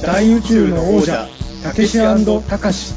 大宇宙の王者たけしたかし。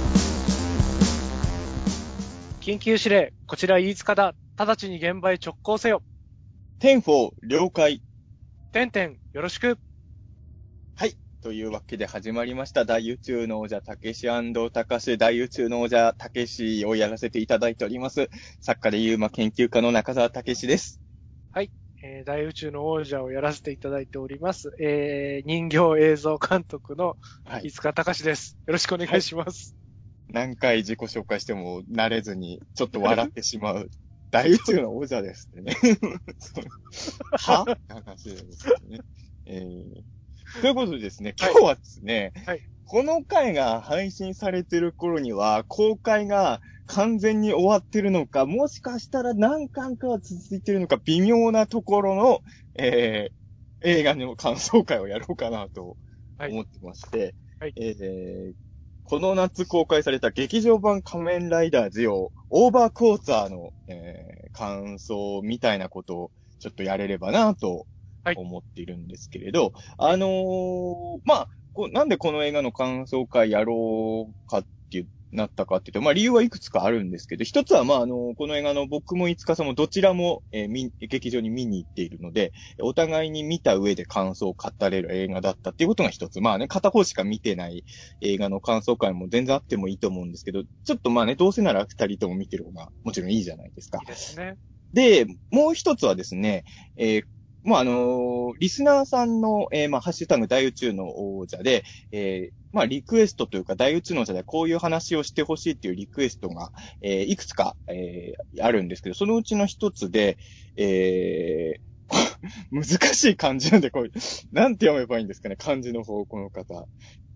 緊急指令、こちら飯塚だ。直ちに現場へ直行せよ。 テンフォー了解。 てんてんよろしく。 はい。というわけで始まりました大宇宙の王者たけしたかし、大宇宙の王者たけしをやらせていただいております。作家でユーマ研究家の中澤たけしです。 はい、大宇宙の王者をやらせていただいております。人形映像監督の飯塚隆です。よろしくお願いします。 何回自己紹介しても慣れずにちょっと笑ってしまう大宇宙の王者ですってね。は話ですよね。ということでですね、今日はですね、 はい、 この回が配信されてる頃には公開が完全に終わってるのか、もしかしたら何巻かは続いてるのか微妙なところの、映画の感想会をやろうかなと思ってまして、 はいこの夏公開された劇場版仮面ライダージオオーバークォーツァーの、感想みたいなことをちょっとやれればなと思っているんですけれど、まあ、なんでこの映画の感想会やろうかってなったかっていうと、まあ理由はいくつかあるんですけど、一つはまあこの映画の僕も五日さんもどちらも、劇場に見に行っているので、お互いに見た上で感想を語れる映画だったっていうことが一つ。まあね、片方しか見てない映画の感想会も全然あってもいいと思うんですけど、ちょっとまあね、どうせなら二人とも見てる方がもちろんいいじゃないですか。 いいですね。 で、もう一つはですね、まあ、リスナーさんの、まあ、ハッシュタグ大宇宙の王者で、まあ、リクエストというか、大宇宙の王者でこういう話をしてほしいっていうリクエストが、いくつか、あるんですけど、そのうちの一つで、難しい漢字なんで、これ、なんて読めばいいんですかね、漢字の方、この方。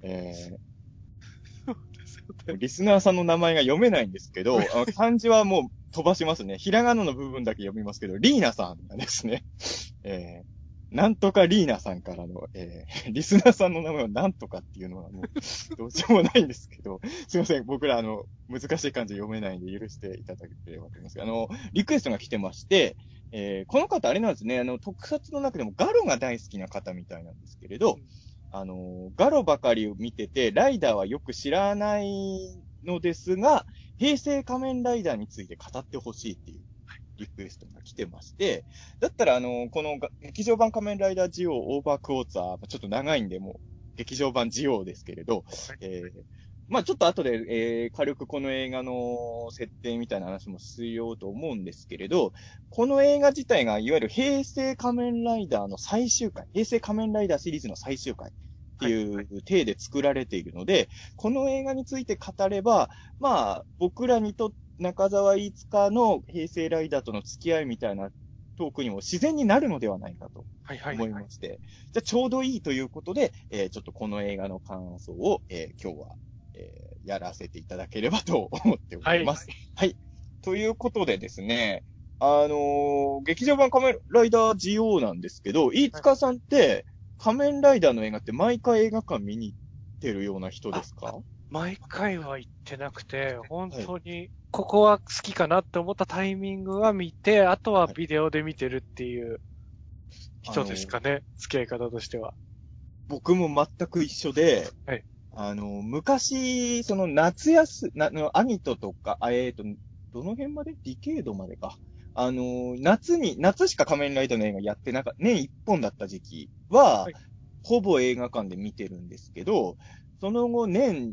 リスナーさんの名前が読めないんですけど、漢字はもう飛ばしますね。ひらがなの部分だけ読みますけど、リーナさんがですね、なんとかリーナさんからの、リスナーさんの名前はなんとかっていうのはもう、どうしようもないんですけど、すいません。僕ら難しい漢字読めないんで許していただければと思います。リクエストが来てまして、この方あれなんですね、特撮の中でもガロが大好きな方みたいなんですけれど、ガロばかりを見てて、ライダーはよく知らないのですが、平成仮面ライダーについて語ってほしいっていうリクエストが来てまして、だったらこの劇場版仮面ライダージオーオーバークォーツァー、ちょっと長いんで、もう劇場版ジオーですけれど、まあちょっと後で、軽くこの映画の設定みたいな話もしようと思うんですけれど、この映画自体がいわゆる平成仮面ライダーの最終回、平成仮面ライダーシリーズの最終回っていう体で作られているので、この映画について語れば、まあ僕らにとって中澤飯塚の平成ライダーとの付き合いみたいなトークにも自然になるのではないかと思いまして、じゃあちょうどいいということで、ちょっとこの映画の感想を、今日は、やらせていただければと思っております。はい。ということでですね、劇場版仮面ライダー GO なんですけど、飯塚さんって仮面ライダーの映画って毎回映画館見に行ってるような人ですか？ 毎回は行ってなくて、本当に、ここは好きかなって思ったタイミングは見て、あとはビデオで見てるっていう人ですかね、付き合い方としては。 僕も全く一緒で、 はい。 昔、その夏休み、アニトとか、どの辺までディケードまでか。夏しか仮面ライダーの映画やって年一本だった時期は、 はい。 ほぼ映画館で見てるんですけど、その後年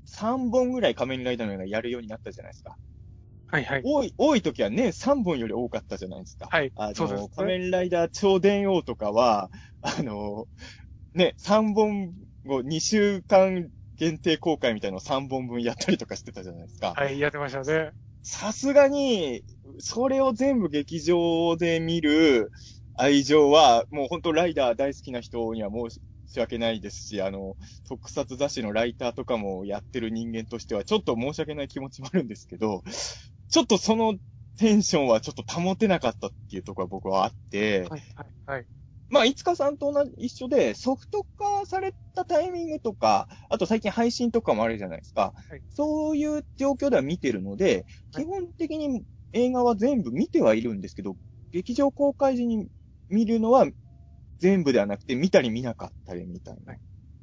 3本ぐらい仮面ライダーの映画やるようになったじゃないですか。 はいはい。 多い時は年3本より多かったじゃないですか。 はい。そうです仮ね。 面ライダー超電王とかは、3本後、2週間限定公開みたいなのを3本分やったりとかしてたじゃないですか。 はい、やってましたね。 さすがに、それを全部劇場で見る愛情は、もう本当ライダー大好きな人には申し訳ないですし、特撮雑誌のライターとかもやってる人間としては、ちょっと申し訳ない気持ちもあるんですけど、ちょっとそのテンションはちょっと保てなかったっていうところは僕はあって、 はい、はい、はい。 まあ、いつかさんと一緒で、ソフト化されたタイミングとか、あと最近配信とかもあるじゃないですか。 はい、 そういう状況では見てるので、 はい。 基本的に映画は全部見てはいるんですけど、劇場公開時に見るのは全部ではなくて、見たり見なかったりみたいなはい。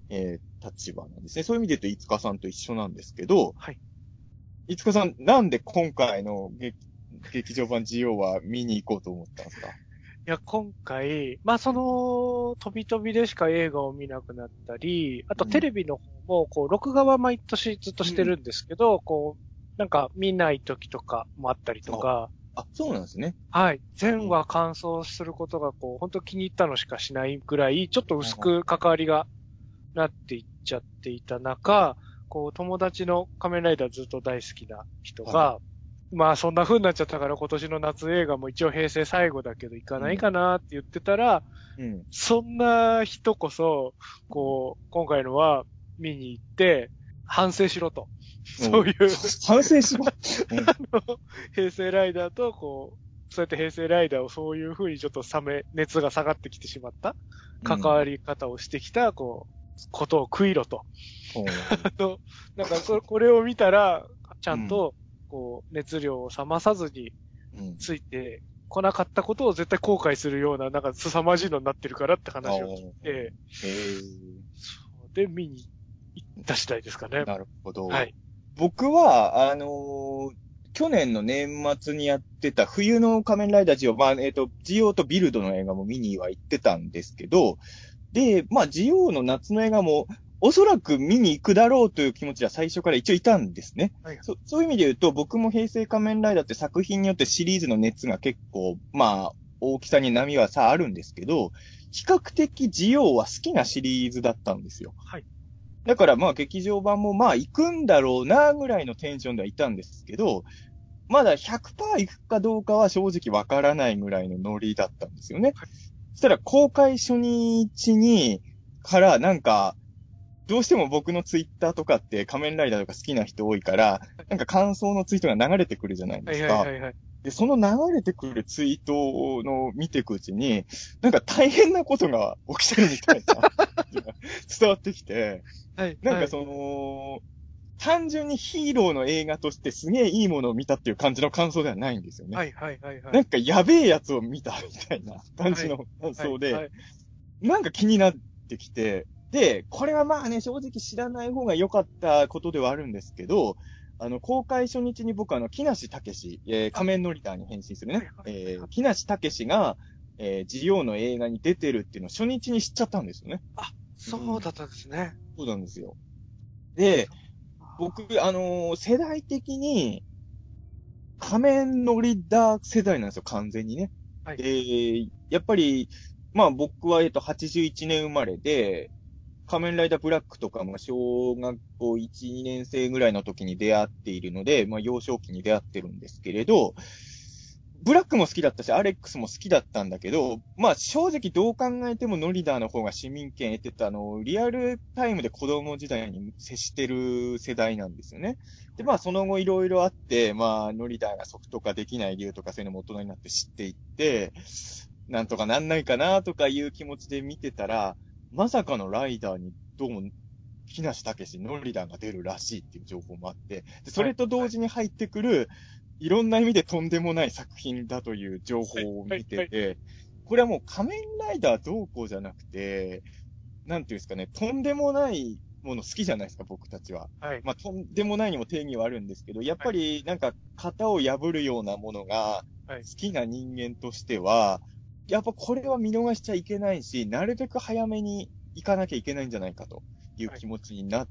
立場なんですね。そういう意味で言うと、いつかさんと一緒なんですけど、 はい。 いつかさん、なんで今回の劇場版 GO は見に行こうと思ったんですか？ いや、今回、まあ、飛び飛びでしか映画を見なくなったり、あとテレビの方も、録画は毎年ずっとしてるんですけど、なんか見ない時とかもあったりとか、 そうなんですね。 はい。全話完走することが、本当気に入ったのしかしないぐらい、ちょっと薄く関わりがなっていっちゃっていた中、友達の仮面ライダーずっと大好きな人はが、まあそんな風になっちゃったから今年の夏映画も一応平成最後だけど行かないかなって言ってたら、 うん。 そんな人こそ、今回のは見に行って反省しろと。そういう反省しろ。 平成ライダーと、そうやって平成ライダーをそういう風にちょっと熱が下がってきてしまった関わり方をしてきた、ことを食いろと。なんかこれを見たら、ちゃんと、熱量を冷まさずについてこなかったことを絶対後悔するような、なんか凄まじいのになってるからって話を聞いて、そうで見に行った次第ですかね。 なるほど。 はい。 僕は、去年の年末にやってた冬の仮面ライダージオ、ジオとビルドの映画も見には行ってたんですけど、で、ジオの夏の映画もおそらく見に行くだろうという気持ちは最初から一応いたんですね。 はい。 そういう意味で言うと、僕も平成仮面ライダーって作品によってシリーズの熱が結構、大きさに波はあるんですけど、比較的ジオは好きなシリーズだったんですよ。 はい。 だから劇場版も行くんだろうなぐらいのテンションではいたんですけど、まだ 100% 行くかどうかは正直わからないぐらいのノリだったんですよね。そしたら公開初日からなんか、どうしても僕のツイッターとかって仮面ライダーとか好きな人多いから、なんか感想のツイートが流れてくるじゃないはい。 ですか。 はい。はい。 で、その流れてくるツイートの見ていくうちに、なんか大変なことが起きてるみたいな伝わってきて、 はい。 なんかはい。 単純にヒーローの映画としてすげえいいものを見たっていう感じの感想ではないんですよね。 はい。はい。はい。はい。 なんかやべえやつを見たみたいな感はい。 じの感はい。 想で、 はい。 なんか気になってきて、で、これは正直知らない方が良かったことではあるんですけど、公開初日に僕木梨武史、仮面ノリダーに変身するね、木梨武史が、ジオウの映画に出てるっていうのを初日に知っちゃったんですよね。 あ、そうだったんですね。 そうなんですよ。で、僕、世代的に仮面ノリダー世代なんですよ、完全にね。 はい。 で、やっぱり、僕は81年生まれで、仮面ライダーブラックとかも小学校1、2年生ぐらいの時に出会っているので、幼少期に出会ってるんですけれど、ブラックも好きだったし、アレックスも好きだったんだけど、正直どう考えてもノリダーの方が市民権得てたリアルタイムで子供時代に接してる世代なんですよね。で、その後いろいろあって、ノリダーがソフト化できない理由とかそういうのも大人になって知っていって、なんとかなんないかなとかいう気持ちで見てたら、まさかのライダーにどうも、木梨武史、ノリダーが出るらしいっていう情報もあって、でそれと同時に入ってくる、いろんな意味でとんでもない作品だという情報を見てて、これはもう仮面ライダーどうこうじゃなくて、なんていうんですかね、とんでもないもの好きじゃないですか、僕たちは。 はい。 とんでもないにも定義はあるんですけど、やっぱりなんか型を破るようなものがはい。 好きな人間としては、やっぱこれは見逃しちゃいけないし、なるべく早めに行かなきゃいけないんじゃないかというはい。 気持ちになって、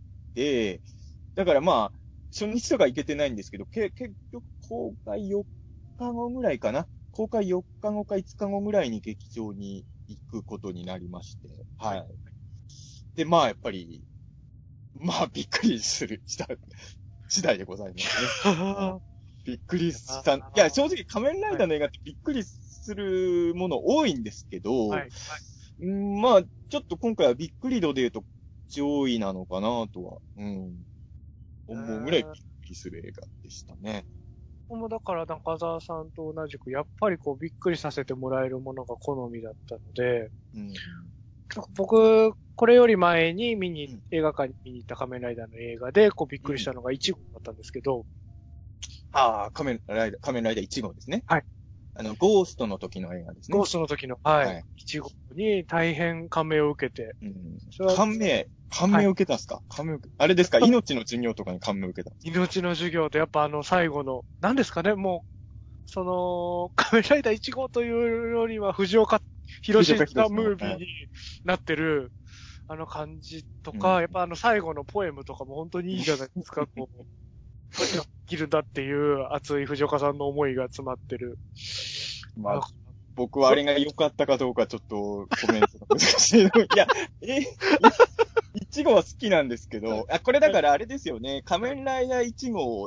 だから初日とか行けてないんですけど、結局公開4日後ぐらいかな。公開4日後か5日後ぐらいに劇場に行くことになりまして、 はい。 はい。で、やっぱり、びっくりした次第でございますね。 はびっくりあ。 した。いや、正直仮面ライダーの映画ってびっくりするもの多いんですけど、 はい。はい。 ちょっと今回はびっくり度で言うと上位なのかなとは、思うぐらいびっくりする映画でしたね。 もうだから中澤さんと同じく、やっぱりびっくりさせてもらえるものが好みだったので、 うん。 僕、これより前にうん。 映画館に見に行った仮面ライダーの映画で、びっくりしたのが1号だったんですけど、 仮面ライダー1号ですね。 はい。 ゴーストの時の映画ですね。 ゴーストの時の、ははいい。1号に大変感銘を受けて。 感銘を受けたんですか、あれですか命の授業とかに感銘を受けたんですか命の授業と、やっぱ最後の、何ですかね、もう、仮面ライダー1号というよりは、藤岡弘がムービーになってる、あの感じとか、やっぱ最後のポエムとかも本当にいいじゃないですか、こう。時が切るんだっていう熱い藤岡さんの思いが詰まってる。 まあ、僕はあれが良かったかどうかちょっとコメントが難しいの。いや、1号は好きなんですけど、これだからあれですよね、仮面ライダー1号って、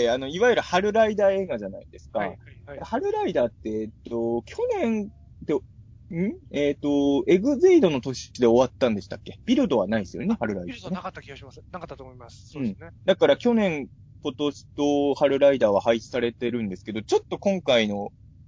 いわゆる春ライダー映画じゃないですか。春ライダーって、去年で、エグゼイドの年で終わったんでしたっけ？ビルドはないですよね、春ライダー、ね。 ビルドはなかった気がします。なかったと思います。そうですね。 だから去年、今年と春ライダーは廃止されてるんですけど、ちょっと今回の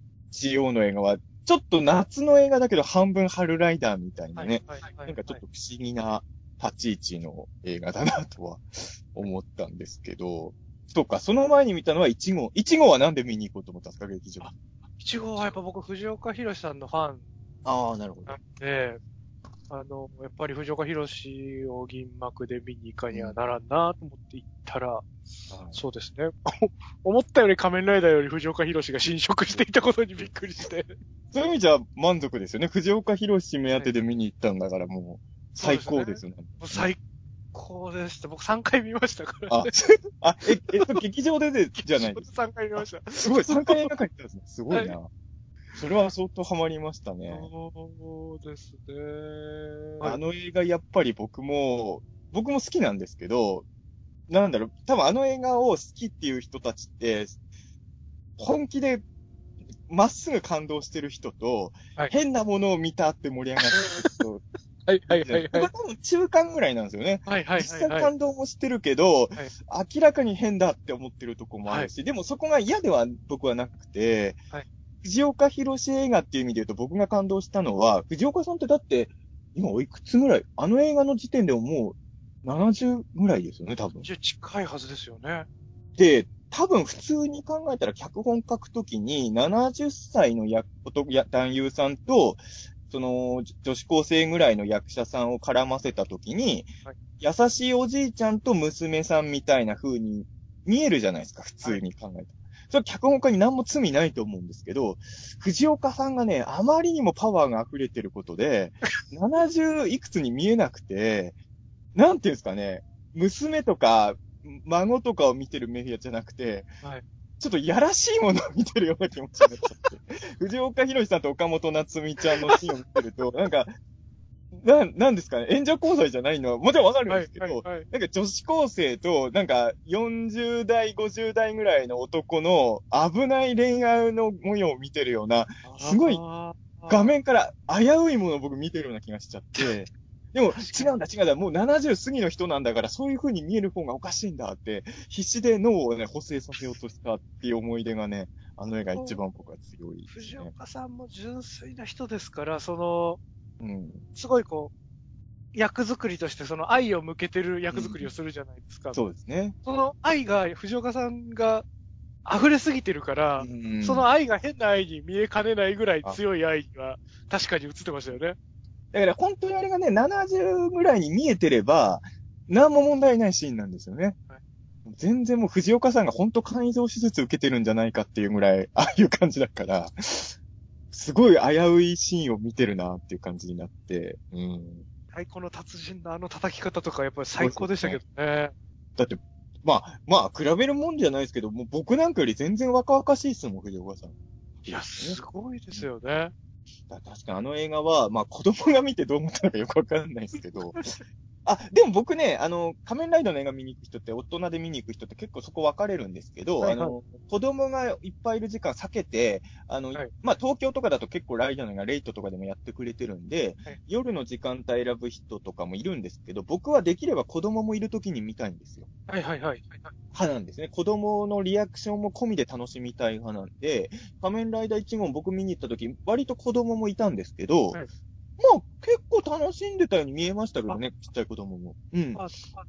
GO の映画は、ちょっと夏の映画だけど半分春ライダーみたいなね。なんかちょっと不思議な立ち位置の映画だなとは思ったんですけど、そうか、その前に見たのは1号。1号はなんで見に行こうと思ったんですか、劇場。 1号はやっぱ僕、藤岡弘さんのファン。 ああ、なるほど。 で、やっぱり藤岡弘を銀幕で見に行かにはならんなと思って行ったら、そうですね。思ったより仮面ライダーより藤岡弘が侵食していたことにびっくりして。 そういう意味じゃ満足ですよね。藤岡弘目当てで見に行ったんだからもう最高ですね。 最高でした。僕3回見ましたから、 ね。劇場でじゃないですか。 3回見ました。 すごい、3回映画館行ったんですね。すごいな。それは相当ハマりましたね。 そうですね。 あの映画やっぱり僕も好きなんですけど、なんだろう、多分あの映画を好きっていう人たちって、本気でまっすぐ感動してる人と、変なものを見たって盛り上がってる人。僕は多分中間ぐらいなんですよね。実際感動もしてるけど、明らかに変だって思ってるとこもあるし、でもそこが嫌では僕はなくて、藤岡弘映画っていう意味で言うと僕が感動したのは、藤岡さんってだって、今おいくつぐらい？あの映画の時点でももう70ぐらいですよね、多分。 近いはずですよね。 で、多分普通に考えたら脚本書くときに70歳の男優さんと、その女子高生ぐらいの役者さんを絡ませたときに、優しいおじいちゃんと娘さんみたいな風に見えるじゃないですか、普通に考えたら。それは脚本家に何も罪ないと思うんですけど、藤岡さんがね、あまりにもパワーが溢れてることで、70いくつに見えなくて、なんていうんですかね、娘とか、孫とかを見てるメディアじゃなくて、ちょっとやらしいものを見てるような気持ちになっちゃって。藤岡弘さんと岡本夏美ちゃんのシーンを見てると、なんか、なんですかね、援助交際じゃないのは、もちろんわかるんですけど、なんか女子高生と、なんか40代、50代ぐらいの男の危ない恋愛の模様を見てるような、すごい画面から危ういものを僕見てるような気がしちゃって、でも、違うんだ、もう70過ぎの人なんだから、そういう風に見える方がおかしいんだって、必死で脳をね、補正させようとしたっていう思い出がね、あの映画一番僕は強いですね。 藤岡さんも純粋な人ですから、すごい役作りとしてその愛を向けてる役作りをするじゃないですか。 そうですね。 その愛が、藤岡さんが溢れすぎてるから、その愛が変な愛に見えかねないぐらい強い愛は確かに映ってましたよね。 だから本当にあれがね、70ぐらいに見えてれば、何も問題ないシーンなんですよね。全然もう藤岡さんが本当肝臓手術受けてるんじゃないかっていうぐらい、ああいう感じだから、すごい危ういシーンを見てるなっていう感じになって、 太鼓の達人のあの叩き方とかやっぱり最高でしたけどね。 だって、まあ、比べるもんじゃないですけど、もう僕なんかより全然若々しいですもん、藤岡さん。 いや、すごいですよね。 確かにあの映画は、まあ子供が見てどう思ったのかよくわかんないですけど、でも僕ね、仮面ライダーの映画見に行く人って、大人で見に行く人って結構そこ分かれるんですけど、子供がいっぱいいる時間避けて、まあ、東京とかだと結構ライダーの映画、レイトとかでもやってくれてるんで、夜の時間帯選ぶ人とかもいるんですけど、僕はできれば子供もいる時に見たいんですよ。派なんですね。子供のリアクションも込みで楽しみたい派なんで、仮面ライダー1号僕見に行った時、割と子供もいたんですけど、まあ、結構楽しんでたように見えましたけどね、ちっちゃい子供も。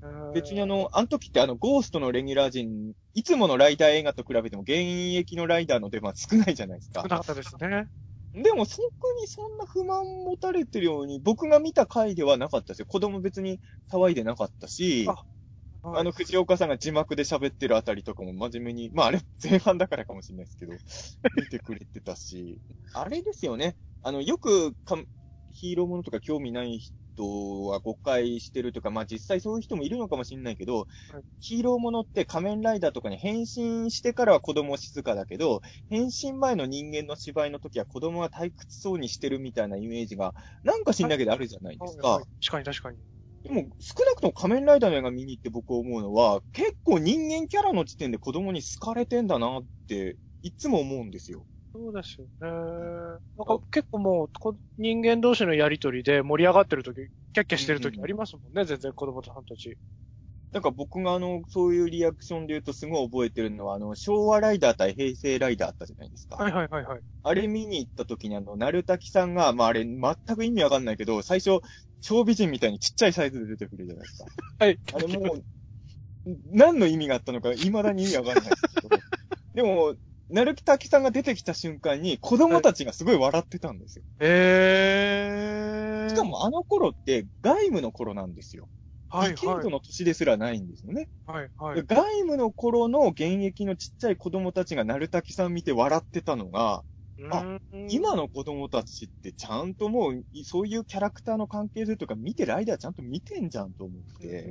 別にあの時ってゴーストのレギュラー陣、いつものライダー映画と比べても現役のライダーの出番少ないじゃないですか。 少なかったですね。 でも、そこにそんな不満持たれてるように、僕が見た回ではなかったですよ。子供別に騒いでなかったし、 はい。 藤岡さんが字幕で喋ってるあたりとかも真面目に、まああれ前半だからかもしれないですけど、見てくれてたし、あれですよね。よくヒーローものとか興味ない人は誤解してるとか、まあ実際そういう人もいるのかもしれないけど、 はい、 ヒーローものって仮面ライダーとかに変身してからは子供静かだけど、変身前の人間の芝居の時は子供は退屈そうにしてるみたいなイメージが、なんか知んないけどあるじゃないですか。 はい。確かに確かに。 でも、少なくとも仮面ライダーの映画見に行って僕思うのは、結構人間キャラの時点で子供に好かれてんだなって、いつも思うんですよ。 そうですよね。なんか結構もう、人間同士のやりとりで盛り上がってる時、キャッキャしてる時ありますもんね、全然子供さんたち。 なんか僕がそういうリアクションで言うとすごい覚えてるのは、昭和ライダー対平成ライダーあったじゃないですか。 はいはいはいはい。 あれ見に行った時に鳴滝さんが、まああれ全く意味わかんないけど、最初、超美人みたいにちっちゃいサイズで出てくるじゃないですか。 はい。 あれもう、何の意味があったのか未だに意味わかんないですけど。でも、鳴滝さんが出てきた瞬間に子供たちがすごい笑ってたんですよ。しかもあの頃って外務の頃なんですよ。 はいディケイドの年ですらないんですよね。 はいはい。 で外務の頃の現役のちっちゃい子供たちが鳴滝さん見て笑ってたのが、あ、今の子供たちってちゃんともう、そういうキャラクターの関係性とか見てる間はちゃんと見てんじゃんと思って。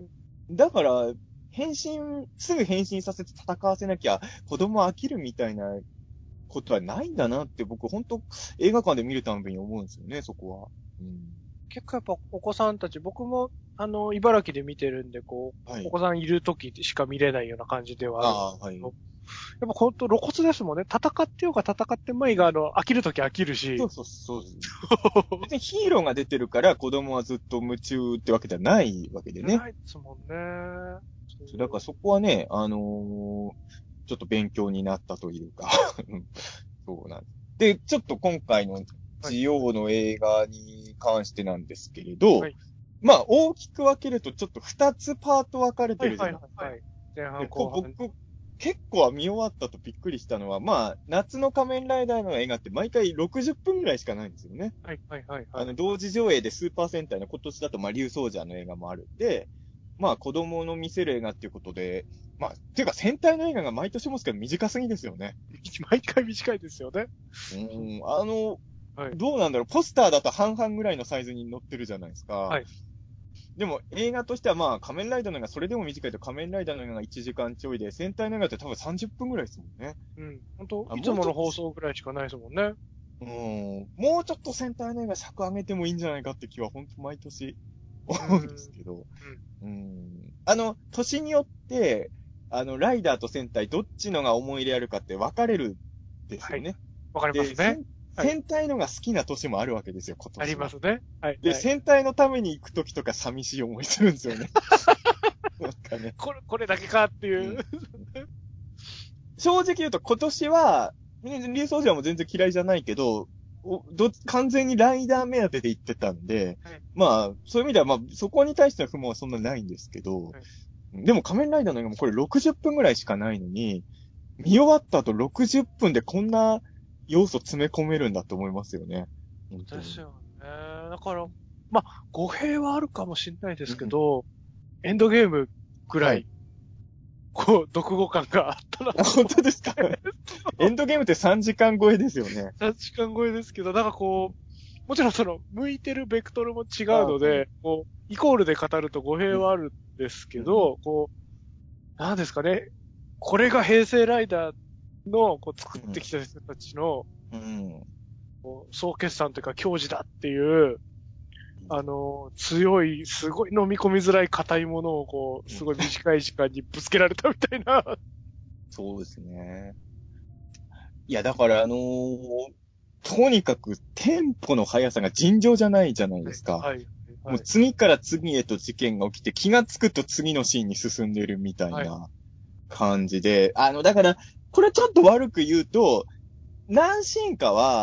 だから、すぐ変身させて戦わせなきゃ子供飽きるみたいなことはないんだなって僕本当映画館で見るたびに思うんですよね、そこは。うん、 結構やっぱお子さんたち、僕も茨城で見てるんで、 はい。 お子さんいる時しか見れないような感じではあるんですああ、はい。 けど、やっぱ本当露骨ですもんね。戦ってようが戦ってまいが、飽きる時飽きるし。 そうそうそうです。別にヒーローが出てるから子供はずっと夢中ってわけじゃないわけでね。 ないですもんね。 だからそこはね、ちょっと勉強になったというかそうなんです。で、ちょっと今回のはい。 ジオウの映画に関してなんですけれど、 はい。 まあ大きく分けるとちょっと2つパート分かれてはいるじゃないですか。 はいはいはい。前で、 半後半。 僕、結構見終わったとびっくりしたのは、まあ、夏の仮面ライダーの映画って毎回60分ぐらいしかないんですよね。 はいはいはいはい。 同時上映でスーパー戦隊の今年だと、まあ、竜奏者の映画もあるんで、まあ、子供の見せる映画っていうことで、まあ、っていうか戦隊の映画が毎年もすけど短すぎですよね。 毎回短いですよね。はい。 どうなんだろう、ポスターだと半々ぐらいのサイズに載ってるじゃないですか。 はい。 でも映画としてはまあ仮面ライダーの映画それでも短いと仮面ライダーの映画が1時間ちょいで、戦隊の映画って多分30分ぐらいですもんね。 うん。本当いつもうちょっと、 もの放送ぐらいしかないですもんね。 もうちょっと戦隊の映画尺上げてもいいんじゃないかって気は本当毎年う思うんですん。 けど。 うん。 年によって、ライダーと戦隊どっちのが思い入れあるかって分かれるんですはい。 よね。 わかりますで、 ね。はい。 戦隊のが好きな年もあるわけですよ、今あり年は。 ますね。はい。 で、 はい。 戦隊のために行くときとか寂しい思いするんですよね。なんかね。 これだけかっていう。 うん。正直言うと今年は、竜奏者も全然嫌いじゃないけど、完全にライダー目当てで行ってたんで、 はい。 まあ、そういう意味では、まあ、そこに対しての不満はそんなないんですけど、 はい。 でも仮面ライダーの映画もこれ60分ぐらいしかないのに、見終わった後60分でこんな要素詰め込めるんだと思いますよね。本当に。 ですよね。だから、まあ、語弊はあるかもしれないですけうん。 ど、エンドゲームぐらはい。 い、読後感があったなあ、 と思っ本当ですか？ て、 エンドゲームって3時間超えですよね。 3時間超えですけど、なんかもちろん向いてるベクトルも違うあ、はい。 ので、イコールで語ると語弊うん。 はあるんですうん。 けど、なんですかね、これが平成ライダーの、作ってきた人たちの、 うん。 総決算というか、矜持だっていう、強い、すごい飲み込みづらい硬いものを、 うん。 すごい短い時間にぶつけられたみたいな。 そうですね。いや、だからとにかくテンポの速さが尋常じゃないじゃないですか。 はい、 もうはい、 次から次へと事件が起きて気がつくと次のシーンに進んでるみたいはい、 な感じで、だから、これちょっと悪く言うと、何シーンかは、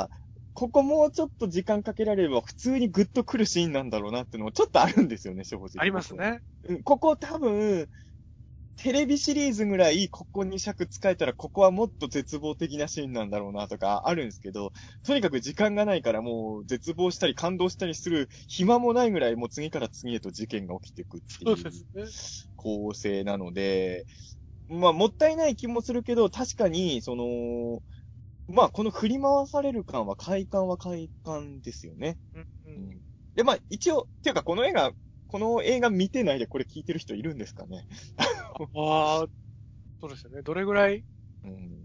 ここもうちょっと時間かけられれば普通にグッと来るシーンなんだろうなっていうのもちょっとあるんですよね、正直。 ありますね。 ここ多分、テレビシリーズぐらいここに尺使えたらここはもっと絶望的なシーンなんだろうなとかあるんですけど、とにかく時間がないからもう絶望したり感動したりする暇もないぐらいもう次から次へと事件が起きていくってそういうですね。 構成なので、まあもったいない気もするけど、確かに、まあこの振り回される感は快感ですよね。 うんううんん。で、まあ一応、っていうかこの映画見てないでこれ聞いてる人いるんですかね。 ああ、そうですよね。どれぐらいうん。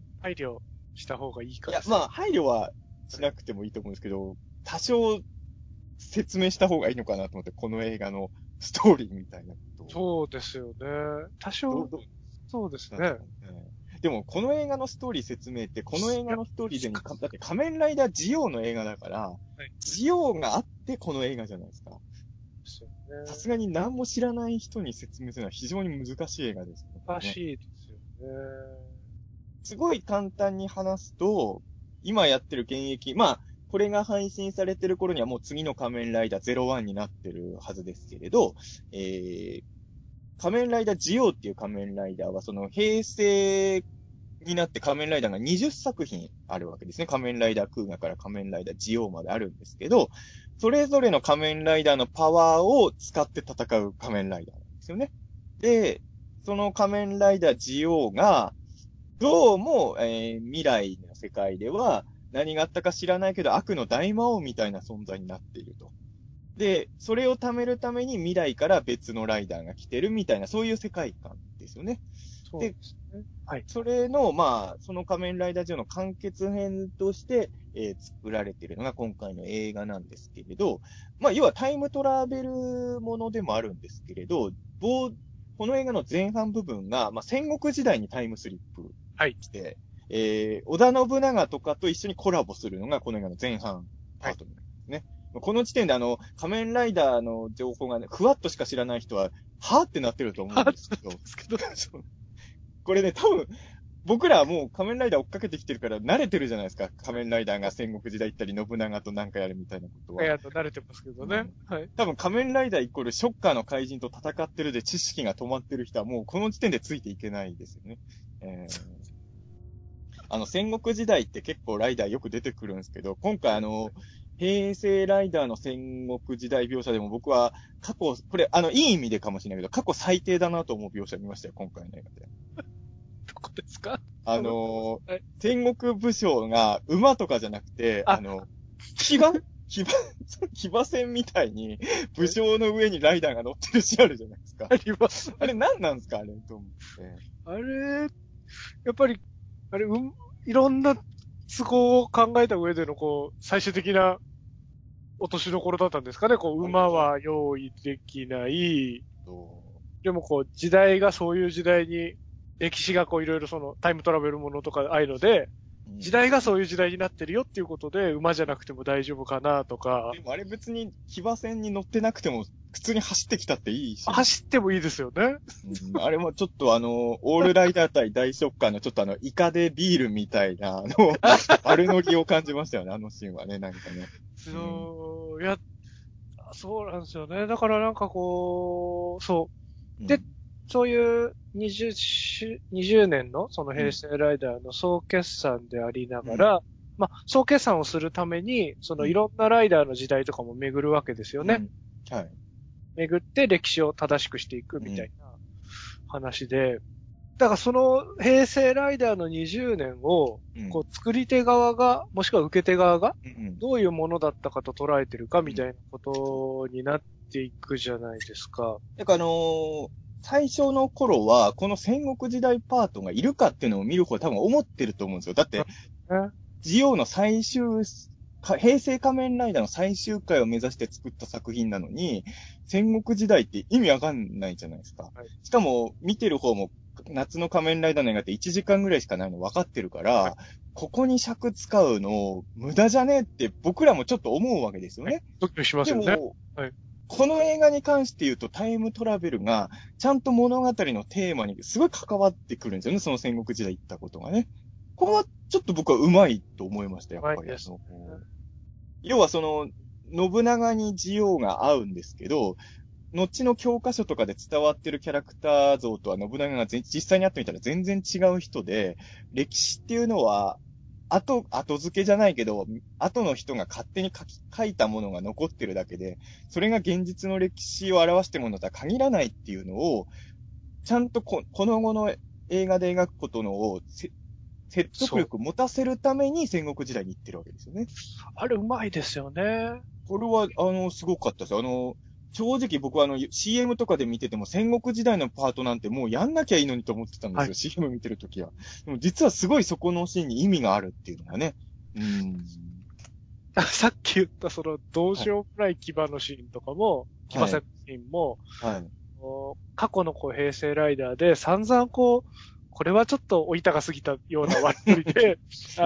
配慮した方がいいいや、 かですよ。 まあ、配慮はしなくてもいいと思うんですけど、多少説明した方がいいのかなと思って、この映画のストーリーみたいなことを。 そうですよね。多少、 どうそうですね。 なんですかね。でも、この映画のストーリー説明って、この映いや、 画のストーリーだって仮面ライダージオウの映画だから、 はい。 ジオウがあってこの映画じゃないですか。 ですよさすね。 がに何も知らない人に説明するのは非常に難しい映画ですよね。これね。 難しいですよね。 すごい簡単に話すと、今やってる現役、まあ、これが配信されてる頃にはもう次の仮面ライダー01になってるはずですけれど、仮面ライダージオウっていう仮面ライダーはその平成になって仮面ライダーが20作品あるわけですね。仮面ライダークーガから仮面ライダージオウまであるんですけど、それぞれの仮面ライダーのパワーを使って戦う仮面ライダーなんですよね。で、その仮面ライダージオウが、どうも、未来の世界では何があったか知らないけど悪の大魔王みたいな存在になっていると。で、それを貯めるために未来から別のライダーが来てるみたいな、そういう世界観ですよね。で、 そうですね。はい。 それの、まあ、その仮面ライダー上の完結編として、作られているのが今回の映画なんですけれど、まあ、要はタイムトラベルものでもあるんですけれど、この映画の前半部分が、まあ、戦国時代にタイムスリップはい。 して、織田信長とかと一緒にコラボするのがこの映画の前半パはい。 ートになりますね。この時点で仮面ライダーの情報がね、ふわっとしか知らない人は、はぁってなってると思うんですけど、 ですけど。 これね、多分、僕らはもう仮面ライダー追っかけてきてるから慣れてるじゃないですか。仮面ライダーが戦国時代行ったり、信長となんかやるみたいなことは。 慣れてますけどね。 うん、 はい。 多分仮面ライダーイコールショッカーの怪人と戦ってるで知識が止まってる人はもうこの時点でついていけないですよね。戦国時代って結構ライダーよく出てくるんですけど、今回平成ライダーの戦国時代描写でも僕は過去、これいい意味でかもしれないけど、過去最低だなと思う描写見ましたよ、今回の映画で。 どこですか？ あはい。 戦国武将が馬とかじゃなくて、 あ、 騎馬騎馬、騎馬戦みたいに武将の上にライダーが乗ってるシーンあるじゃないですか。 ありますね。 あれ何なんですかあれと思って。 あれ、やっぱり、あれ、いろんな都合を考えた上での、最終的な落としどころだったんですかね。馬あれは、 は用意できない。 とでも時代がそういう時代に、歴史がいろいろタイムトラベルものとかああいうので、時うん、 代がそういう時代になってるよっていうことで、馬じゃなくても大丈夫かなとか、 でもあれ別に騎馬戦に乗ってなくても普通に走ってきたっていいし、 走ってもいいですよね。 うん、あれもちょっとオールライダー対大ショッカーのちょっとイカでビールみたいな、悪ノリを感じましたよね、あのシーンはね、なんかね。うん。 そう、そうなんですよね。だからそう。で、 うん。 そういう20年のそのうん。 平成ライダーの総決算でありなうん。 がら、まあ、総決算をするために、いうん。 ろんなライダーの時代とかも巡るわけですよね。 うん。はい。 巡って歴史を正しくしていくうん。 みたいな話で、だからその平成ライダーの20年を、 うん。 作り手側が、もしくは受け手側が、 うん。 どういうものだったかと捉えてるかうん。 みたいなことになっていくじゃないですか。 だから最初の頃は、この戦国時代パートがいるかっていうのを見る方多分思ってると思うんですよ。だって、 ね。 ジオウの平成仮面ライダーの最終回を目指して作った作品なのに、戦国時代って意味わかんないじゃないですか。 はい。 しかも、見てる方も、夏の仮面ライダーの映画って1時間ぐらいしかないの分かってるかはい。 ら、ここに尺使うの無駄じゃねって僕らもちょっと思うわけですよはい。 ね。 ドキドキしますよね。 でも、 はい。 この映画に関して言うとタイムトラベルがちゃんと物語のテーマにすごい関わってくるんですよね。その戦国時代行ったことがね。ここはちょっと僕はうまいと思いました、やっぱり。 うまいですね。 要は信長に需要が合うんですけど、後の教科書とかで伝わってるキャラクター像とは信長が実際に会ってみたら全然違う人で、歴史っていうのは、後付けじゃないけど、後の人が勝手に書いたものが残ってるだけで、それが現実の歴史を表しているものとは限らないっていうのを、ちゃんとこの後の映画で描くことのを説得力持たせるために戦国時代に行ってるわけですよね。 あれうまいですよね。 これは、すごかったです。正直僕はCM とかで見てても戦国時代のパートなんてもうやんなきゃいいのにと思ってたんですよ。 はい、 CM 見てるときは。でも実はすごいそこのシーンに意味があるっていうのがね。 さっき言ったどうしようもない騎馬のシーンとかも、騎馬戦のシーンも、 はい。 過去の平成ライダーで散々これはちょっとお板が過ぎたような割り振りで、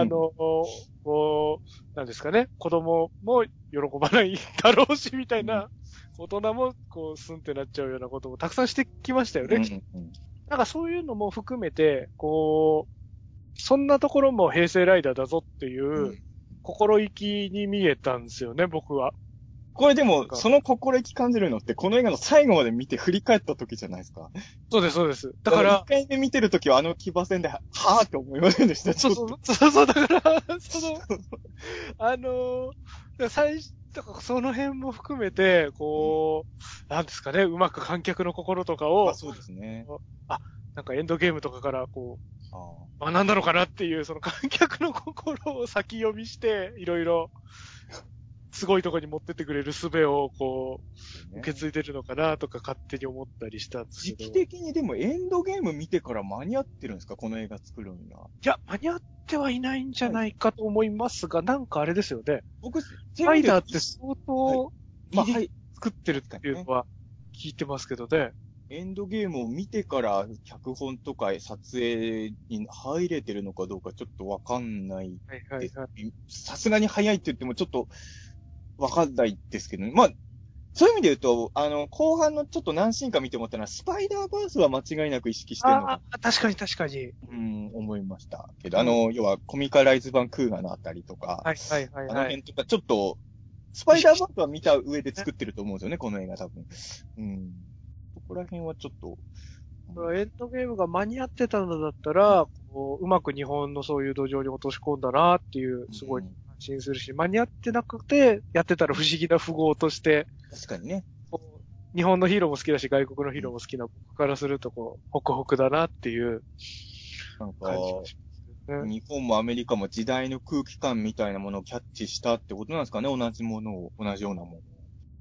なんですかね、子供も喜ばないだろうし、みたいな、大人もスンってなっちゃうようなこともたくさんしてきましたよね。なんかそういうのも含めて、そんなところも平成ライダーだぞっていう心意気に見えたんですよね、僕は。 これでも、その心意気感じるのって、この映画の最後まで見て振り返った時じゃないですか。 そうです、そうです。だから、 一回目見てる時は騎馬戦で、はぁって思いませんでした、ちょっと。 そう、だから、だからその辺も含めて、なんですかね、うまく観客の心とかを、 そうですね。 なんかエンドゲームとかからあ学んだのかなっていう、その観客の心を先読みして、いろいろ、すごいとこに持ってってくれる術を、受け継いでるのかなとか勝手に思ったりしたんですけど。 時期的にでもエンドゲーム見てから間に合ってるんですか、この映画作るには。 いや、間に合ってはいないんじゃないかと思いますが、なんかあれですよね。 僕、 ライダーって相当、 はい、 作ってるっていうのは聞いてますけどね。 エンドゲームを見てから脚本とか撮影に入れてるのかどうかちょっとわかんないです。さすがに早いって言ってもちょっとわかんないですけど、ね、まあ、そういう意味で言うと、後半のちょっと何シーンか見て思ったのは、スパイダーバースは間違いなく意識してるのか。 確かに確かに。 思いましたけど、要はコミカライズ版クーガのあたりとか、あの辺とかちょっと、スパイダーバースは見た上で作ってると思うんですよね、この映画多分。そこら辺はちょっと。 エンドゲームが間に合ってたのだったら、うまく日本のそういう土壌に落とし込んだなっていう、すごい安心するし、間に合ってなくて、やってたら不思議な符号として、 確かにね。 日本のヒーローも好きだし、外国のヒーローも好きな僕からすると、ホクホクだなっていうなんか、 感じがしますね。 日本もアメリカも時代の空気感みたいなものをキャッチしたってことなんですかね、同じようなものを。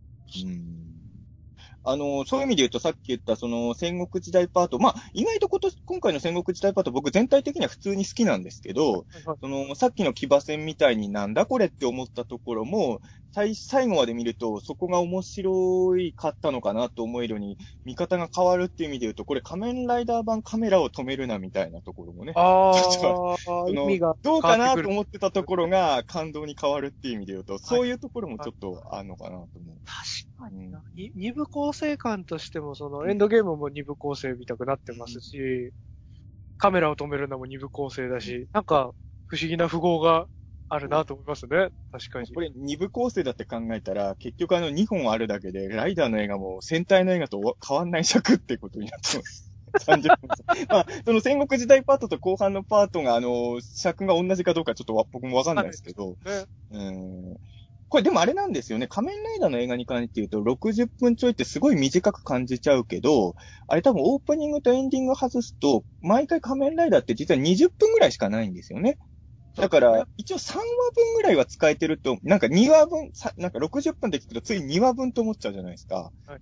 そういう意味で言うと、さっき言ったその戦国時代パート、まあ、意外と今回の戦国時代パート、僕全体的には普通に好きなんですけど、さっきの騎馬戦みたいになんだこれって思ったところも、最後まで見ると、そこが面白かったのかなと思えるように、見方が変わるっていう意味で言うと、これ仮面ライダー版カメラを止めるなみたいなところもね。 意味がどうかなと思ってたところが感動に変わるっていう意味で言うと、そういうところもちょっとあるのかなと思う。 確かにな。二部構成感としても、エンドゲームも二部構成見たくなってますし、カメラを止めるのも二部構成だし、なんか不思議な符号があるなと思いますね。確かに。 これ二部構成だって考えたら、結局2本あるだけで、ライダーの映画も戦隊の映画と変わんない尺ってことになってます。30分。まあ、その戦国時代パートと後半のパートが、尺が同じかどうかちょっと僕もわかんないですけど、これでもあれなんですよね。仮面ライダーの映画に関して言うと、60分ちょいってすごい短く感じちゃうけど、あれ多分オープニングとエンディング外すと、毎回仮面ライダーって実は20分ぐらいしかないんですよね。だから、一応3話分ぐらいは使えてると、なんか2話分、なんか60分で聞くとつい2話分と思っちゃうじゃないですか。 はい、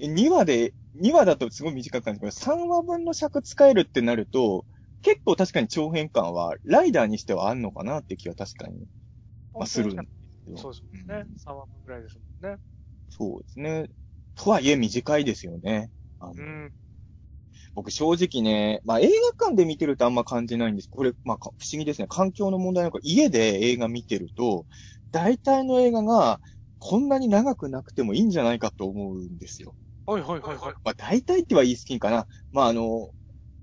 2話だとすごい短く感じるけど、3話分の尺使えるってなると、結構確かに長編感は、ライダーにしてはあんのかなって気は確かに、するんですけど。 そうですね。3話分ぐらいですもんね。 そうですね。とはいえ短いですよね。僕正直ね、まあ映画館で見てるとあんま感じないんです。これ、まあ不思議ですね。環境の問題なんか家で映画見てると、大体の映画がこんなに長くなくてもいいんじゃないかと思うんですよ。 はい。 まあ大体っては言い過ぎかな。まあ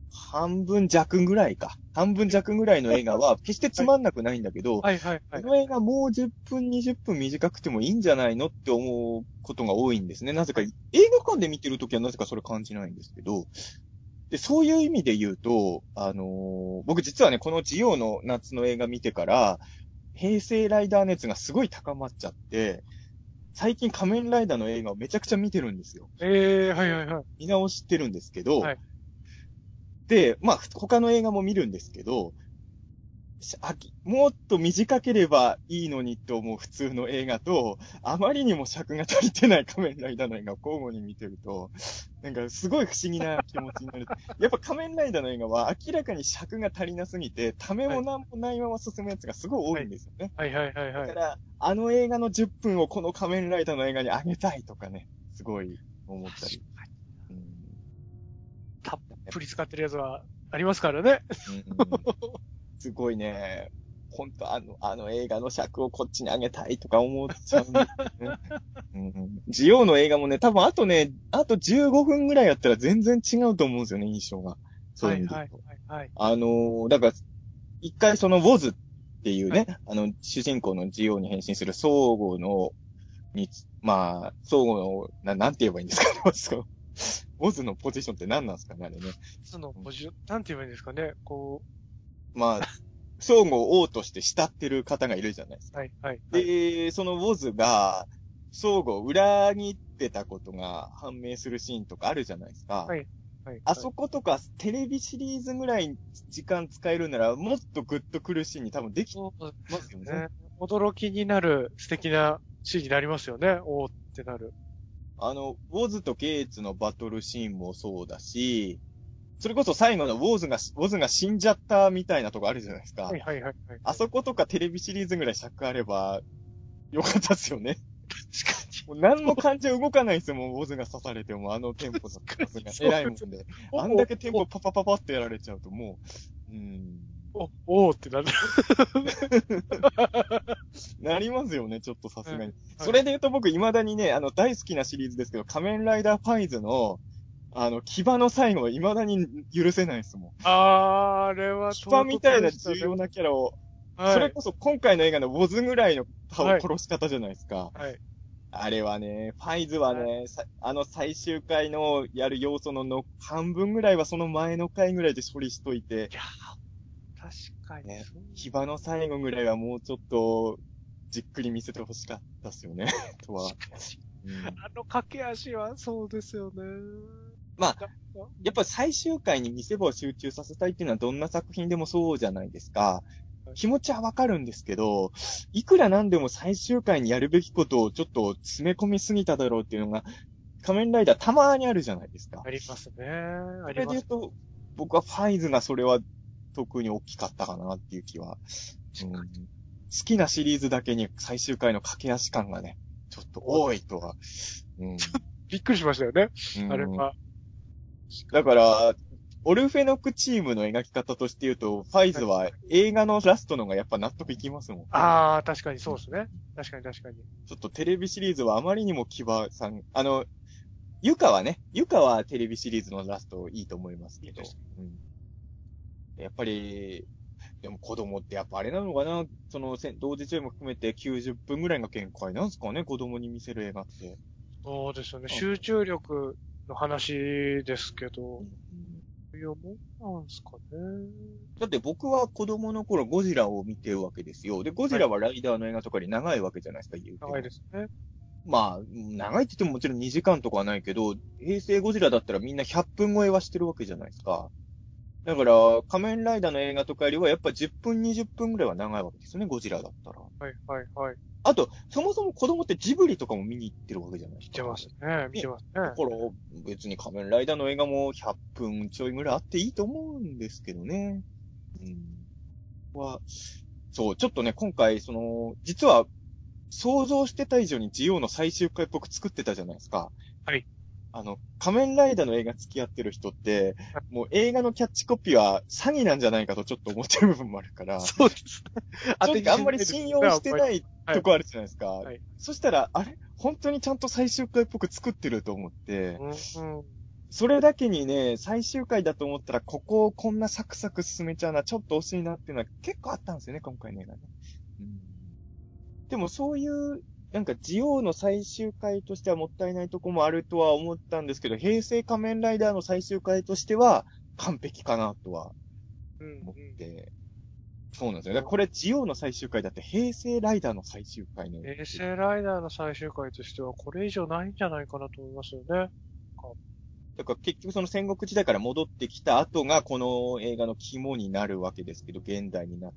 半分弱ぐらいか。半分弱ぐらいの映画は、決してつまんなくないんだけど、 はいはいはい。 この映画もう10分、20分短くてもいいんじゃないのって思うことが多いんですね。なぜか、映画館で見てるときはなぜかそれ感じないんですけど、で、そういう意味で言うと、僕実はね、このジオの夏の映画見てから、平成ライダー熱がすごい高まっちゃって、最近仮面ライダーの映画をめちゃくちゃ見てるんですよ。 はいはいはい。 見直してるんですけど、 はいで、まあ、他の映画も見るんですけど、もっと短ければいいのにって思う普通の映画と、あまりにも尺が足りてない仮面ライダーの映画を交互に見てると、なんかすごい不思議な気持ちになる。やっぱ仮面ライダーの映画は明らかに尺が足りなすぎて、ためもなんもないまま進むやつがすごい多いんですよね。 はいはいはいはい。 だから、あの映画の10分をこの仮面ライダーの映画にあげたいとかね、すごい思ったり。うん、 たっぷり使ってるやつはありますからね。 うんすごいね、本当あの映画の尺をこっちにあげたいとか思っちゃうんですよね。うん、ジオの映画もね、多分あと15分ぐらいやったら全然違うと思うんですよね、印象が。そうはいはいいう意味で言うと。 はいはい。 だから、一回そのウォズっていうはい。 ね、主人公のジオに変身する相互の、まあ、相互の、なんて言えばいいんですかね、ウォズのポジションって何なんですかね、あれね。 そのポジション、なんて言えばいいんですかね。こまあ、相互を王として慕ってる方がいるじゃないですう、 か。 はいはいはい。 で、そのウォズが、相互を裏切ってたことが判明するシーンとかあるじゃないですか。 はいはいあはい。 そことかテレビシリーズぐらい時間使えるなら、もっとグッとくるシーンに多分できそうでますよね。 すね。驚きになる素敵なシーンになりますよね。おーってなる。 ウォズとゲイツのバトルシーンもそうだし、それこそ最後のウォズが死んじゃったみたいなとこあるじゃないですか。 はいはいはいはいはい。 あそことかテレビシリーズぐらい尺あればよかったですよね。 確かに。 もう何の感情動かないですよ、もうウォズが刺されても、あのテンポだとさすがにそうです。 偉いもんで。あんお、お、 だけテンポパパパパってやられちゃうともう、 おーってなる。 なりますよね、ちょっとさすはいがに。 はい。 それで言うと僕未だにね、大好きなシリーズですけど、仮面ライダーファイズの、牙の最後は未だに許せないですもん。 あれは唐牙みた突いなでしたね。 重要なキャラを、そはい。 れこそ今回の映画のウォズぐらいのはい。 殺し方じゃないですか。 はい。 あれはね、ファイズははい。 ね、最終回のやる要素の半分ぐらいはその前の回ぐらいで処理しといて、 いや、確かにね、 そう。 牙の最後ぐらいはもうちょっと、じっくり見せてほしかったですよね、とは。 確かに。 うん、 駆け足はそうですよね。 まあ、 なんかやっぱ最終回に見せ場を集中させたいっていうのはどんな作品でもそうじゃないですか。 はい気持ちはわかるんですけど、いくらなんでも最終回にやるべきことをちょっと詰め込みすぎただろうっていうのが、仮面ライダーたまにあるじゃないですか。 ありますね。あそります。 れで言うと、僕はファイズがそれは特に大きかったかなっていう気は。うん、好きなシリーズだけに最終回の駆け足感がね、ちょっと多いとは。うん。 びっくりしましたよね。 うん、 あれは。 だから、オルフェノクチームの描き方として言うと、ファイはい。 ズは映画のラストのがやっぱ納得いきますもん。 ああ、確かにうん、 そうですね。確かに確かに。 ちょっとテレビシリーズはあまりにもキバさん、ユカはね、ユカはテレビシリーズのラストいいと思いますけど、 いいです。 うん、やっぱり、でも子供ってやっぱあれなのかな、同時中も含めて90分ぐらいが限界なんですかね、子供に見せる映画って。 そうですよね。 あ、 集中力の話ですけど、 うん、 そういうもんなんすかね。 だって僕は子供の頃ゴジラを見てるわけですよ。で、ゴジはい。 ラはライダーの映画とかに長いわけじゃないですか、言うて長いも。 ですね。 まあ、長いって言ってももちろん2時間とかはないけど、平成ゴジラだったらみんな100分超えはしてるわけじゃないですか。だから、仮面ライダーの映画とかよりはやっぱ10分、20分ぐらいは長いわけですよね、ゴジラだったら。 はいはいはい。 あと、そもそも子供ってジブリとかも見に行ってるわけじゃないですか。 見てますね。見てね。 ますね。 だから、別に仮面ライダーの映画も100分ちょいぐらいあっていいと思うんですけどね。うん。そう、ちょっとね、今回、実は想像してた以上にジオの最終回っぽく作ってたじゃないですか。 はい。 仮面ライダーの映画付き合ってる人って、もう映画のキャッチコピーは詐欺なんじゃないかとちょっと思ってる部分もあるから、 そうですね。当てにしない正直あんまりですよね、 信用してないはい。 とこあるじゃないですか。 はい。 そしたら、あれ本当にちゃんと最終回っぽく作ってると思って、 うん、うん。 それだけにね、最終回だと思ったら、ここをこんなサクサク進めちゃうのはちょっと惜しいなっていうのは結構あったんですよね、今回の映画ね。うん、でもそういう、なんか、ジオウの最終回としてはもったいないとこもあるとは思ったんですけど、平成仮面ライダーの最終回としては完璧かなとは思って、そうなんですよ。だからこれ、ジオウの最終回だって平成ライダーの最終回の。 平成ライダーの最終回としては、これ以上ないんじゃないかなと思いますよね。 だから結局その戦国時代から戻ってきた後がこの映画の肝になるわけですけど、現代になって、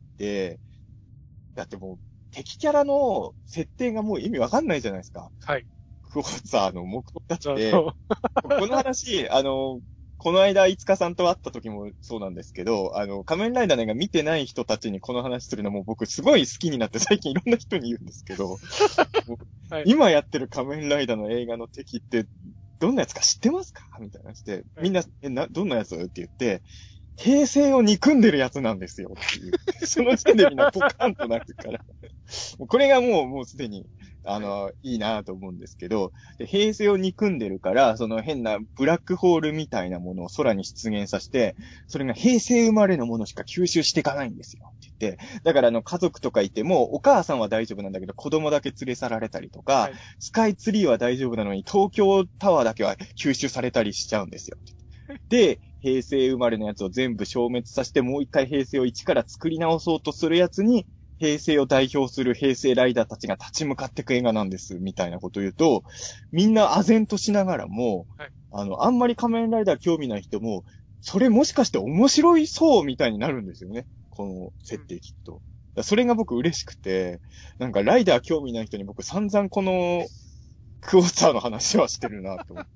だってもう敵キャラの設定がもう意味わかんないじゃないですか。 はい。 クォーツァーの目標だそうって、 そこの話、この間、いつかさんと会った時もそうなんですけど、仮面ライダーの映画見てない人たちにこの話するのも僕すごい好きになって最近いろんな人に言うんですけど、 はい。 今やってる仮面ライダーの映画の敵ってどんなやつか知ってますかみたいなして、みんな、どんなやつって言って、平成を憎んでるやつなんですよっていう。その時点でみんなポカンとなるから。もうこれがもうすでに、いいなと思うんですけど、で平成を憎んでるから、その変なブラックホールみたいなものを空に出現させて、それが平成生まれのものしか吸収していかないんですよって言って、だから家族とかいても、お母さんは大丈夫なんだけど、子供だけ連れ去られたりとか、 はい。 スカイツリーは大丈夫なのに、東京タワーだけは吸収されたりしちゃうんですよ。で、平成生まれのやつを全部消滅させて、もう一回平成を一から作り直そうとするやつに、平成を代表する平成ライダーたちが立ち向かっていく映画なんです、みたいなことを言うと、みんな唖然としながらも、 はい。 あんまり仮面ライダー興味ない人も、それもしかして面白いそうみたいになるんですよね。この設定聞くと。だからそれが僕嬉しくて、なんかライダー興味ない人に僕散々このクォーツァーの話はしてるなと思って。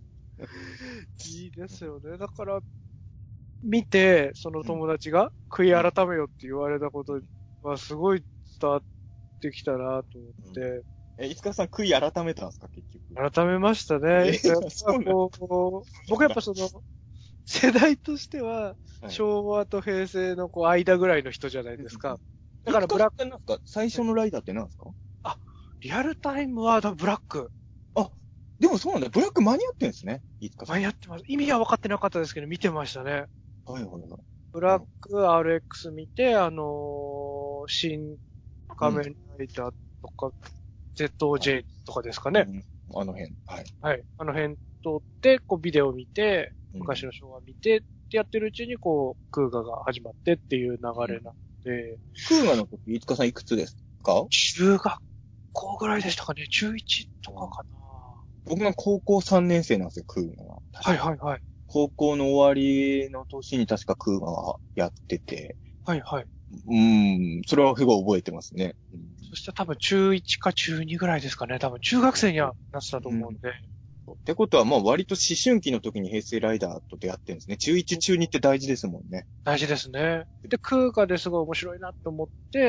いいですよね。だから、見て、その友達が悔い改めよって言われたことはすごい伝わってきたなと思って、 いつかさん悔い改めたんですか、結局。 改めましたね。やっぱそうなん僕やっぱ世代としては、 はい。 昭和と平成の間ぐらいの人じゃないですか。だいつかからブラック、 さんなんですか最初のライダーって何ですかあ、リアルタイムは多分ブラック。 あ、でもそうなんだ。ブラック間に合ってんですね。いつかさん。 間に合ってます。意味は分かってなかったですけど、見てましたね。 はいはいはい。 ブラック RX 見て、新仮面ライダーとか、ZOJ とかですかね。 うん、あの辺。はい。 はい。あの辺通って、ビデオ見て、 うん昔の昭和見て、ってやってるうちに、クーガが始まってっていう流れなので、 クーガの時、いつかさんいくつですか中学校ぐらいでしたかね。中1とかかな。 僕が高校3年生なんですよ、クーガが。 はいはいはい。 高校の終わりの年に確かクーガがやってて、 はいはい。 それはすごい覚えてますね。 そして多分中1か中2ぐらいですかね。多分中学生にはなってたと思うんで。 ってことは、まあ割と思春期の時に平成ライダーと出会ってるんですね。中1、中2って大事ですもんね。 大事ですね。で、クーガですごい面白いなと思って、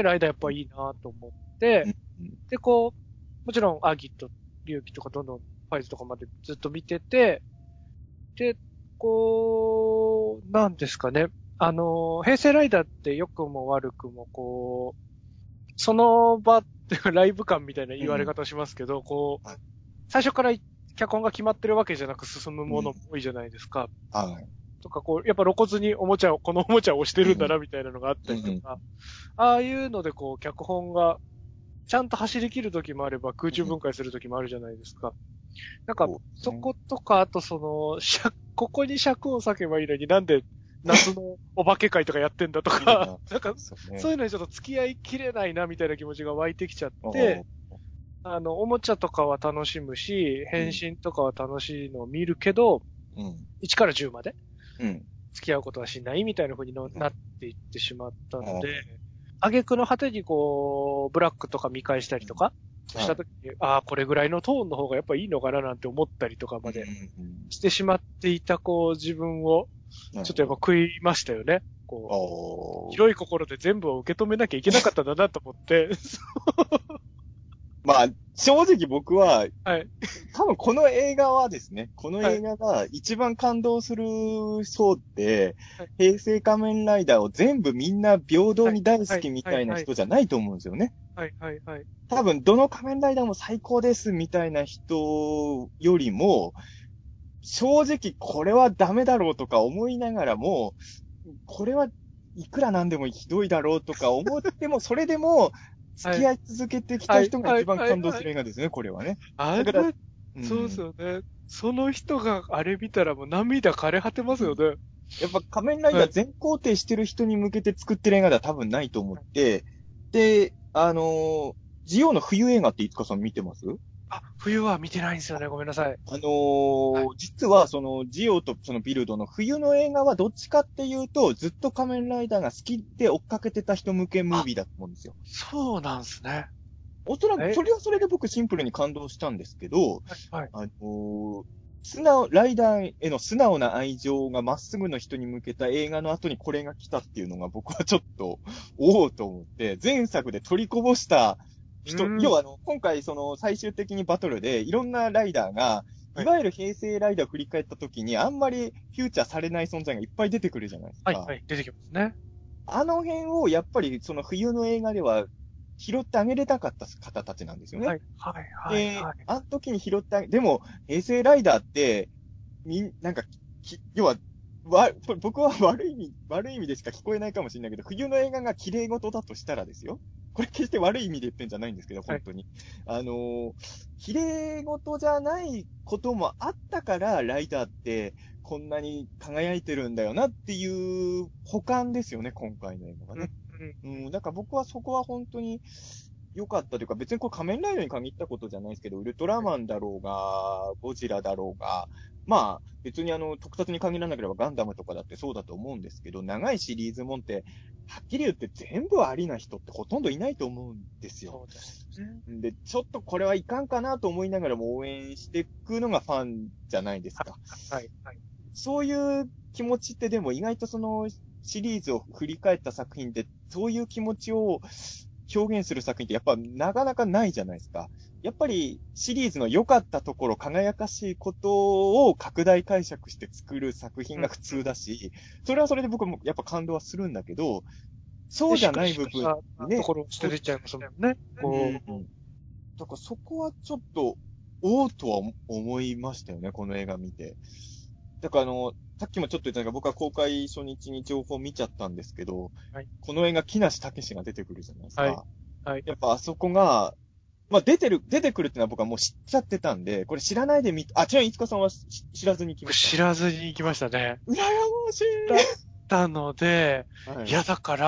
ライダーやっぱいいなと思って、で、もちろんアギト、リュウキとかどんどんファイズとかまでずっと見てて、で、なんですかね。平成ライダーって良くも悪くもその場っていうかライブ感みたいな言われ方しますけど、 はい最初から脚本が決まってるわけじゃなく進むものも多いじゃないですか。 はい。 とかやっぱ露骨にこのおもちゃを押してるんだなみたいなのがあったりとか、ああいうので脚本がちゃんと走り切る時もあれば空中分解する時もあるじゃないですか。なんか、そことか、あとここに尺を割けばいいのになんで夏のお化け会とかやってんだとか、なんか、そういうのにちょっと付き合いきれないなみたいな気持ちが湧いてきちゃって、おもちゃとかは楽しむし、変身とかは楽しいのを見るけど、1から10まで付き合うことはしないみたいな風になっていってしまったので、挙句の果てにブラックとか見返したりとかしたときに、これぐらいのトーンの方がやっぱいいのかななんて思ったりとかまでしてしまっていた自分を、ちょっとやっぱ食いましたよね。広い心で全部を受け止めなきゃいけなかったんだなと思って。 まあ、正直僕は、 はい。 多分この映画はですね、この映画が一番感動する層って、 はい、 平成仮面ライダーを全部みんな平等に大好きみたいな人じゃないと思うんですよね。 はいはいはい。 多分どの仮面ライダーも最高ですみたいな人よりも、 正直これはダメだろうとか思いながらも、これはいくらなんでもひどいだろうとか思っても、それでも付き合い続けてきた人が一番感動する映画ですね、これはね。だから、 そうですよね。その人があれ見たらもう涙枯れ果てますよね。 やっぱ仮面ライダー全肯定してる人に向けて作ってる映画では多分ないと思って、で、ジオの冬映画っていつかさん見てます？ 冬は見てないんですよね。ごめんなさい。 実はそのジオとそのビルドの冬の映画はどっちかっていうと、ずっと仮面ライダーが好きで追っかけてた人向けムービーだと思うんですよ。 そうなんですね。 おそらく、それはそれで僕シンプルに感動したんですけど、 はい。 ライダーへの素直な愛情がまっすぐの人に向けた映画の後にこれが来たっていうのが僕はちょっと、おおと思って、前作で取りこぼした人、要は今回その最終的にバトルでいろんなライダーが、いわゆる平成ライダーを振り返った時にあんまりフューチャーされない存在がいっぱい出てくるじゃないですか。 はい、出てきますね。 あの辺をやっぱりその冬の映画では拾ってあげれたかった方たちなんですよね。で、あの時に拾ってでも、平成ライダーって、なんか、要は、僕は悪い意味でしか聞こえないかもしれないけど、冬の映画が綺麗事だとしたらですよ。これ決して悪い意味で言ってんじゃないんですけど、本当に。綺麗事じゃないこともあったから、ライダーってこんなに輝いてるんだよなっていう補完ですよね、今回の映画がね。だから僕はそこは本当に良かったというか、別にこれ仮面ライダーに限ったことじゃないですけど、ウルトラマンだろうが、ゴジラだろうが、まあ、別に特撮に限らなければガンダムとかだってそうだと思うんですけど、長いシリーズもんって、はっきり言って全部ありな人ってほとんどいないと思うんですよ。 そうですね。 で、ちょっとこれはいかんかなと思いながらも応援していくのがファンじゃないですか。そういう気持ちってでも意外とそのシリーズを振り返った作品で、そういう気持ちを表現する作品ってやっぱなかなかないじゃないですか。やっぱりシリーズの良かったところ、輝かしいことを拡大解釈して作る作品が普通だし、それはそれで僕もやっぱ感動はするんだけど、そうじゃない部分ね。 ところを捨てちゃいますもんね。 だからそこはちょっと、おーとは思いましたよね、この映画見て。だからさっきもちょっと言ったけど、僕は公開初日に情報見ちゃったんですけど、この映画、木梨武史が出てくるじゃないですか。やっぱあそこが、まあ出てくるっていうのは僕はもう知っちゃってたんで、これ知らないでちなみに、いつかさんは知らずに行きました？ 知らずに行きましたね。 羨ましい。 だったので、いやだから、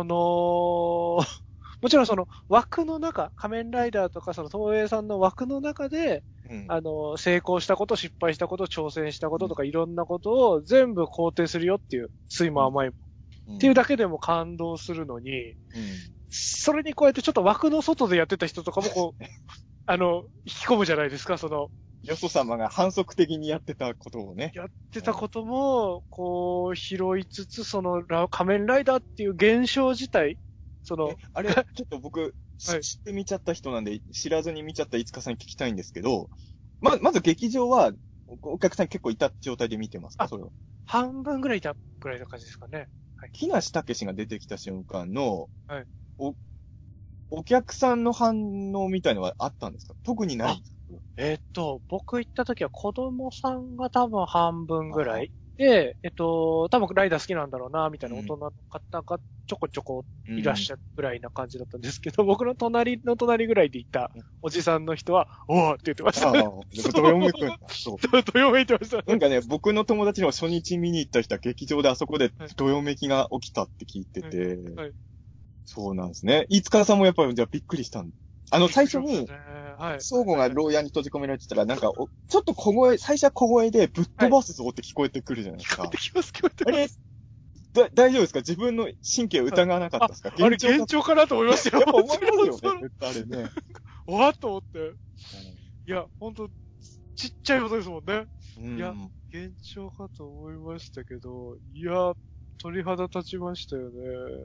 もちろんその枠の中、仮面ライダーとかその東映さんの枠の中で、成功したこと、失敗したこと、挑戦したこととかいろんなことを全部肯定するよっていう、酸いも甘いも。っていうだけでも感動するのに、それにこうやってちょっと枠の外でやってた人とかもこう、引き込むじゃないですか、 よそ様が反則的にやってたことをね。 やってたことも、こう、拾いつつ、仮面ライダーっていう現象自体、 あれ、ちょっと僕、知って見ちゃった人なんで、知らずに見ちゃったいつかさんに聞きたいんですけど、まず劇場は、お客さん結構いた状態で見てますか？それは。 半分ぐらいいたぐらいの感じですかね。 木梨武史が出てきた瞬間の、お客さんの反応みたいのはあったんですか？特にない。 僕行った時は子供さんが多分半分ぐらいで、多分ライダー好きなんだろうな、みたいな大人の方がちょこちょこいらっしゃるぐらいな感じだったんですけど、僕の隣ぐらいでいたおじさんの人は、おーって言ってましたね。 どよめくんだ。 どよめいてましたね。 なんかね、僕の友達の初日見に行った人は劇場であそこでどよめきが起きたって聞いてて、そうなんですね。飯塚さんもやっぱりじゃあびっくりしたん最初に、相互が牢屋に閉じ込められてたら、なんか、ちょっと最初は小声でぶっ飛ばすぞって聞こえてくるじゃないですか。 聞こえてきます。 大丈夫ですか？自分の神経を疑わなかったですか？ あれ幻聴かなと思いましたよ。 やっぱ思いますよね、あれね。 わーっと思って。いや、ほんと、ちっちゃいことですもんね。いや、幻聴かと思いましたけど、いや、鳥肌立ちましたよね。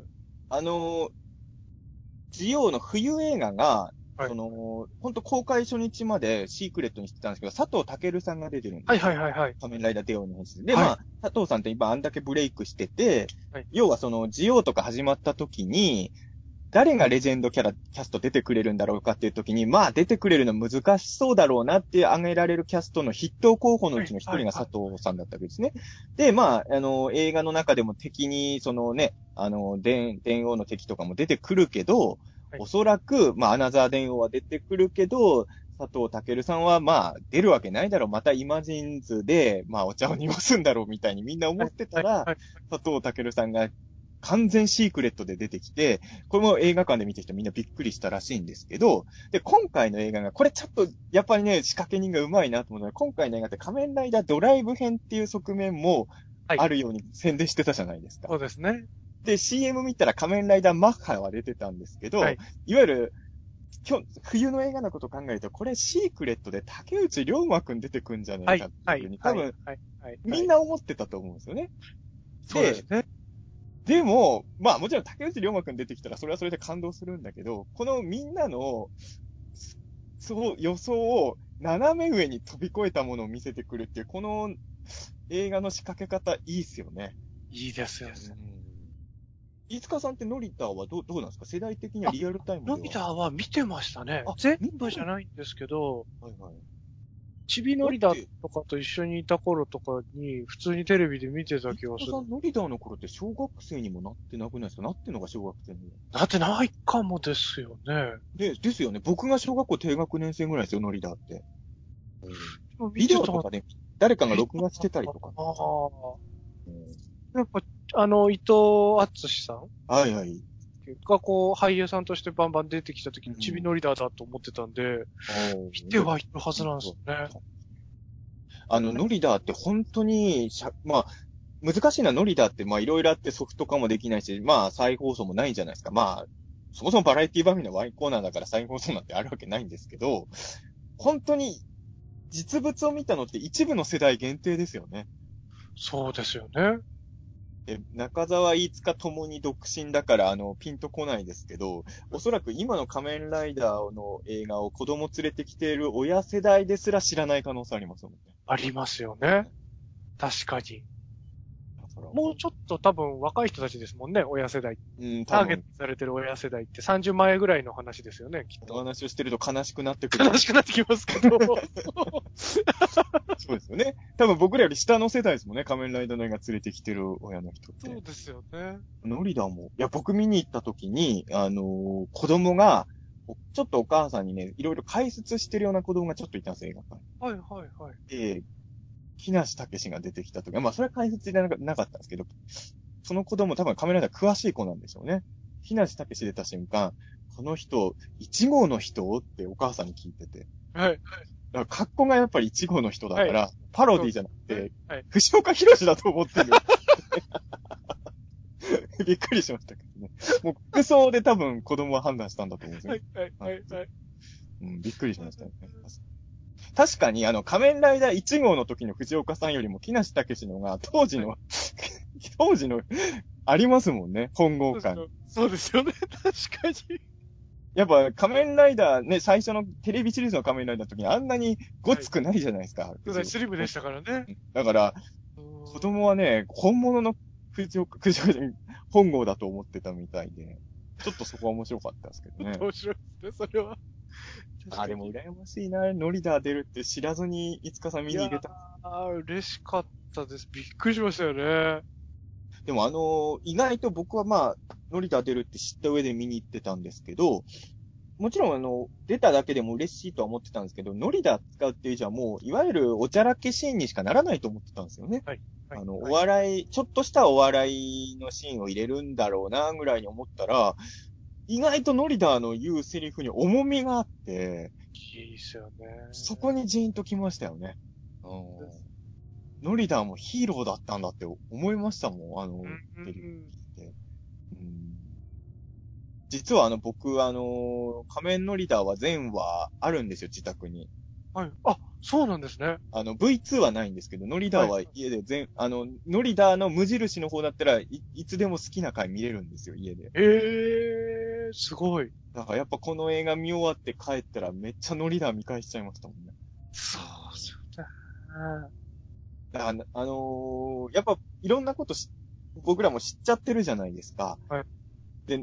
ジオの冬映画が、ほんと公開初日までシークレットにしてたんですけど、佐藤健さんが出てるんですよ。仮面ライダーデオの編集で、佐藤さんって今あんだけブレイクしてて、要はジオとか始まった時に、 誰がレジェンドキャスト出てくれるんだろうかっていう時に、まあ出てくれるの難しそうだろうなって挙げられるキャストの筆頭候補のうちの一人が佐藤さんだったわけですね。で、まあ、映画の中でも敵に、そのね、電王の敵とかも出てくるけど、 はいおそらく、まあ、アナザー電王は出てくるけど、佐藤健さんはまあ、出るわけないだろう。またイマジンズで、まあ、お茶を濁すんだろうみたいにみんな思ってたら、 はい佐藤健さんが完全シークレットで出てきて、これも映画館で見てきたみんなびっくりしたらしいんですけど、で、今回の映画が、これちょっと、やっぱりね、仕掛け人がうまいなと思うのは、今回の映画って仮面ライダードライブ編っていう側面もはいあるように宣伝してたじゃないですか。 そうですね。 で、CM 見たら仮面ライダーマッハは出てたんですけど、 はいいわゆる、冬の映画のことを考えると、これシークレットで竹内涼真くん出てくんじゃねはいえかってはいいうふうに、多分、 はいはいみんな思ってたと思うんですよね。 そうですね。 でも、まあもちろん竹内涼真くん出てきたらそれはそれで感動するんだけど、このみんなの、そう予想を斜め上に飛び越えたものを見せてくるっていう、この映画の仕掛け方いいっすよね。 いいですよね。 飯塚さんってノリターはどうなんですか？世代的にはリアルタイムでは。 のび太は見てましたね。 あ全部じゃないんですけど、 はいはい。 ちびのりだとかと一緒にいた頃とかに、普通にテレビで見てた気がする飯塚さ。ん、ノリターの頃って小学生にもなってなくないですか？なってんのが小学生にも。 だってないかもですよね。 ですよね。僕が小学校低学年生ぐらいですよ、ノリターって。ビビデオデオとかね、誰かが録画してたりとか。 ああ。 うんやっぱ、伊藤敦さんはいはい。 がこう、俳優さんとしてバンバン出てきた時に、 うんちびのりだと思ってたんで、見てではいるはずなんですよね。 ノリダーって本当に、まあ、難しいのはノリダーって、まあ、いろいろあってソフト化もできないし、まあ、再放送もないじゃないですか。まあ、そもそもバラエティ番組のワインコーナーだから再放送なんてあるわけないんですけど、本当に実物を見たのって一部の世代限定ですよね。 そうですよね。 中澤飯塚ともに独身だから、ピンとこないですけど、おそらく今の仮面ライダーの映画を子供連れてきている親世代ですら知らない可能性ありますもんね。 ありますよね。確かに。 だからもうちょっと多分若い人たちですもんね、親世代。ターゲッ多分、 トされてる親世代って30前ぐらいの話ですよね、きっおと。 話をしてると悲しくなってくる。 悲しくなってきますけど。 そうですよね。多分僕らより下の世代ですもんね。仮面ライダーの映画連れてきてる親の人って。 そうですよね。 ノリダーも。いや、僕見に行った時に、子供が、ちょっとお母さんにね、いろいろ解説してるような子供がちょっといたんですよ、映画館はいはいはい。 に。で、木梨武史が出てきた時、まあ、それは解説じゃなかったんですけど、その子供多分仮面ライダー詳しい子なんでしょうね。木梨武史出た瞬間、この人、1号の人ってお母さんに聞いてて。 はい。 だから格好がやっぱり1号の人だから、 はパロディじゃなくて、 はい。 藤岡弘だと思ってる。びっくりしましたけどね。もう服装で多分子供は判断したんだと思うんですよね。 はいはいはい。 うん、びっくりしましたね。確かに仮面ライダー1号の時の藤岡さんよりも木梨武史のが当時の、当時のありますもんね、本郷感。 そうですよね。確かに。 やっぱ仮面ライダーね、最初のテレビシリーズの仮面ライダーの時にあんなにごつくないじゃないですか。 スリムでしたからね。 だから、子供はね、本物の藤岡本郷だと思ってたみたいで、ちょっとそこは面白かったですけどね。 面白いですね、それは。 でも羨ましいな、ノリダー出るって知らずにいつかさん見に行けた。 嬉しかったです。びっくりしましたよね。 でも意外と僕はまあ、ノリダー出るって知った上で見に行ってたんですけど、もちろん出ただけでも嬉しいとは思ってたんですけど、ノリダー使うっていう以上はもう、いわゆるおちゃらけシーンにしかならないと思ってたんですよね。 はい。 お笑い、ちょっとしたお笑いのシーンを入れるんだろうな、ぐらいに思ったら、意外とノリダーの言うセリフに重みがあって、 いいですよね。 そこにジーンときましたよね。ノリダーもヒーローだったんだって思いましたもん、テレビ見て。実は僕、仮面ノリダーは全話あるんですよ、自宅に。 はい。あ、そうなんですね。 V2 はないんですけど、ノリダーは家でノリダーの無印の方だったらいつでも好きな回見れるんですよ、家で。 すごい。 だからやっぱこの映画見終わって帰ったらめっちゃノリダー見返しちゃいましたもんね。 そうだ。 だから、やっぱいろんなこと僕らも知っちゃってるじゃないですか。 はい。 で、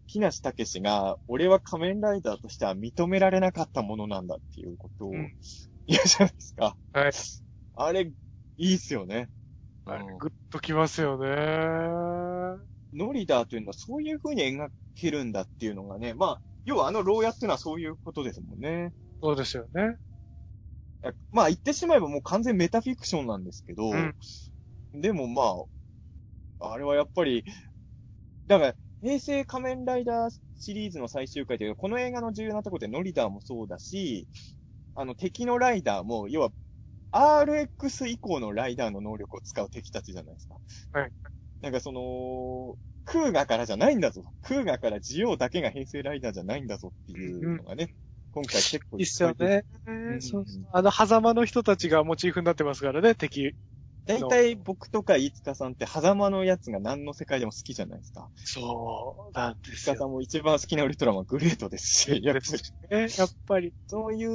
木梨武が、俺は仮面ライダーとしては認められなかったものなんだっていうことを言うじゃないですか。 はい。 あれ、いいっすよね。 あれ、グッときますよね。 ノリダーというのはそういう風に描けるんだっていうのがね、まあ、要は牢屋っていうのはそういうことですもんね。 そうですよね。 まあ言ってしまえばもう完全メタフィクションなんですけど、でもまあ、あれはやっぱり、だから、平成仮面ライダーシリーズの最終回というか、この映画の重要なところでノリダーもそうだし、敵のライダーも、要は、RX 以降のライダーの能力を使う敵たちじゃないですか。 はい。 なんかクーガからじゃないんだぞ。クーガからジオウだけが平成ライダーじゃないんだぞっていうのがね、今回結構いいっすよね。そうそう。狭間の人たちがモチーフになってますからね、敵。 大体僕とか飯塚さんって狭間のやつが何の世界でも好きじゃないですか。 そうなんですよ。 飯塚さんも一番好きなウルトラマングレートですし、やっぱり。 そういう、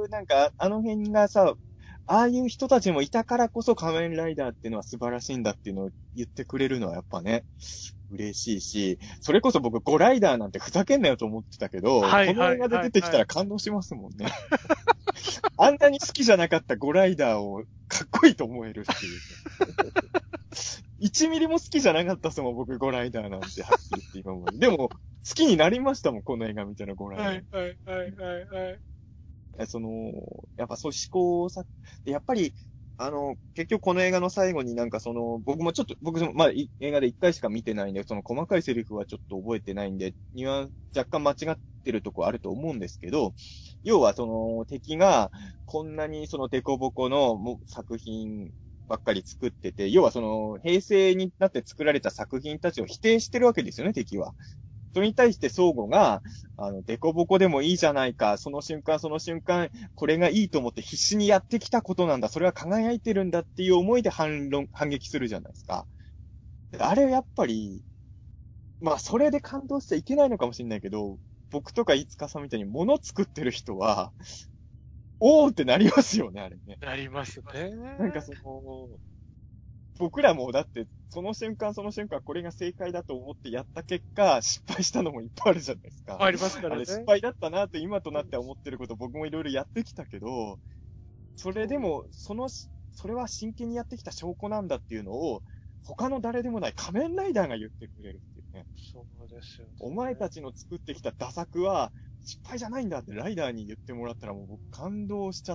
なんか、あの辺がさ、ああいう人たちもいたからこそ仮面ライダーっていうのは素晴らしいんだっていうのを言ってくれるのはやっぱね、嬉しいし、それこそ僕ゴライダーなんてふざけんなよと思ってたけど、この映画で出てきたら感動しますもんね。あんなに好きじゃなかったゴライダーをかっこいいと思えるっていう。1ミリも好きじゃなかったっすもん、僕ゴライダーなんてはっきり言って今まで。でも、好きになりましたもん、この映画みたいなゴライダー。 はい。 やっぱそう試行錯誤、やっぱり、結局この映画の最後になんか僕もまあ、映画で1回しか見てないんで、細かいセリフはちょっと覚えてないんで、若干間違ってるとこあると思うんですけど、要は敵がこんなにデコボコの作品ばっかり作ってて、要は平成になって作られた作品たちを否定してるわけですよね、敵は。それに対して相互が、デコボコでもいいじゃないか、その瞬間、これがいいと思って必死にやってきたことなんだ、それは輝いてるんだっていう思いで反撃するじゃないですか。あれはやっぱり、まあ、それで感動しちゃいけないのかもしれないけど、僕とか飯塚さんみたいに物作ってる人は、おーってなりますよね、あれね。 なりますね。 なんか僕らもだって、その瞬間、これが正解だと思ってやった結果、失敗したのもいっぱいあるじゃないですか。 ありますからね。 あれ失敗だったなって今となって思ってること僕もいろいろやってきたけど、それでも、それは真剣にやってきた証拠なんだっていうのを、他の誰でもない仮面ライダーが言ってくれるっていうね。 そうですよね。 お前たちの作ってきたダ作は失敗じゃないんだってライダーに言ってもらったらもう僕感動しちゃって、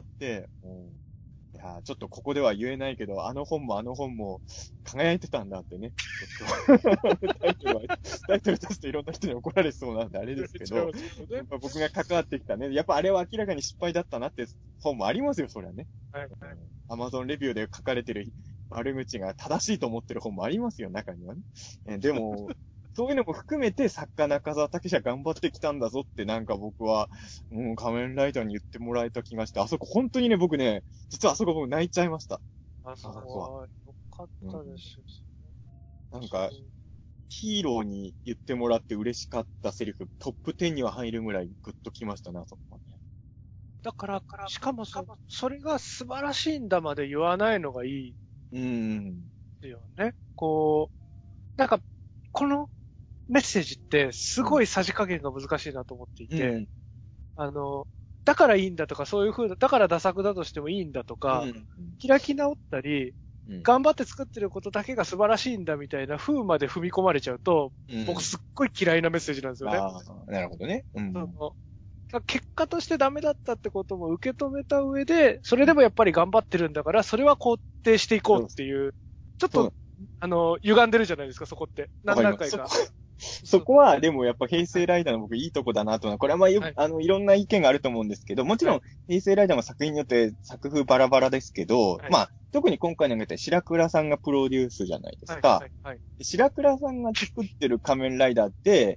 いやちょっとここでは言えないけど、あの本も輝いてたんだってね。ちょっとタイトル出すといろんな人に怒られそうなんであれですけど、僕が関わってきたね。やっぱあれは明らかに失敗だったなって本もありますよ、そりゃね。Amazon レビューで書かれてる悪口が正しいと思ってる本もありますよ、中にはね。でも、そういうのも含めて作家中澤武史は頑張ってきたんだぞってなんか僕は、仮面ライダーに言ってもらえた気がして、あそこ本当にね、僕ね、実はあそこ僕泣いちゃいました。 あそこはよかったですよ、 なんか、ヒーローに言ってもらって嬉しかったセリフ、トップ10には入るぐらいグッときましたね、あそこはね。 だから、しかもそれが素晴らしいんだまで言わないのがいいですよね。なんか、このメッセージってすごいさじ加減が難しいなと思っていて、だからいいんだとか、そういう風だからダ作だとしてもいいんだとか、開き直ったり、頑張って作ってることだけが素晴らしいんだみたいな風まで踏み込まれちゃうと、僕すっごい嫌いなメッセージなんですよね。 なるほどね。 結果としてダメだったってことも受け止めた上で、それでもやっぱり頑張ってるんだから、それは肯定していこうっていう、ちょっと、歪んでるじゃないですか、そこって。何回か。 そこは、でもやっぱ平成ライダーの僕いいとこだなと。これはまあ、いろんな意見があると思うんですけど、もちろん平成ライダーも作品によって作風バラバラですけど、まあ、特に今回のやつ白倉さんがプロデュースじゃないですか。白倉さんが作ってる仮面ライダーって、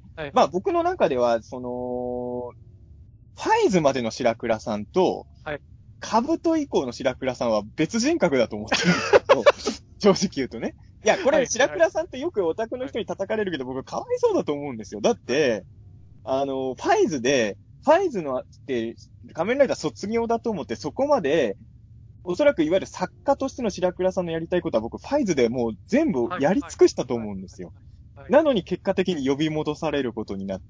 まあ僕の中では、ファイズまでの白倉さんと、カブト以降の白倉さんは別人格だと思ってるんですけど、正直言うとね。いや、これ、白倉さんってよくオタクの人に叩かれるけど、僕、かわいそうだと思うんですよ。だって、ファイズのって、仮面ライダー卒業だと思って、そこまで、おそらくいわゆる作家としての白倉さんのやりたいことは僕、ファイズでもう全部やり尽くしたと思うんですよ。 なのに結果的に呼び戻されることになって、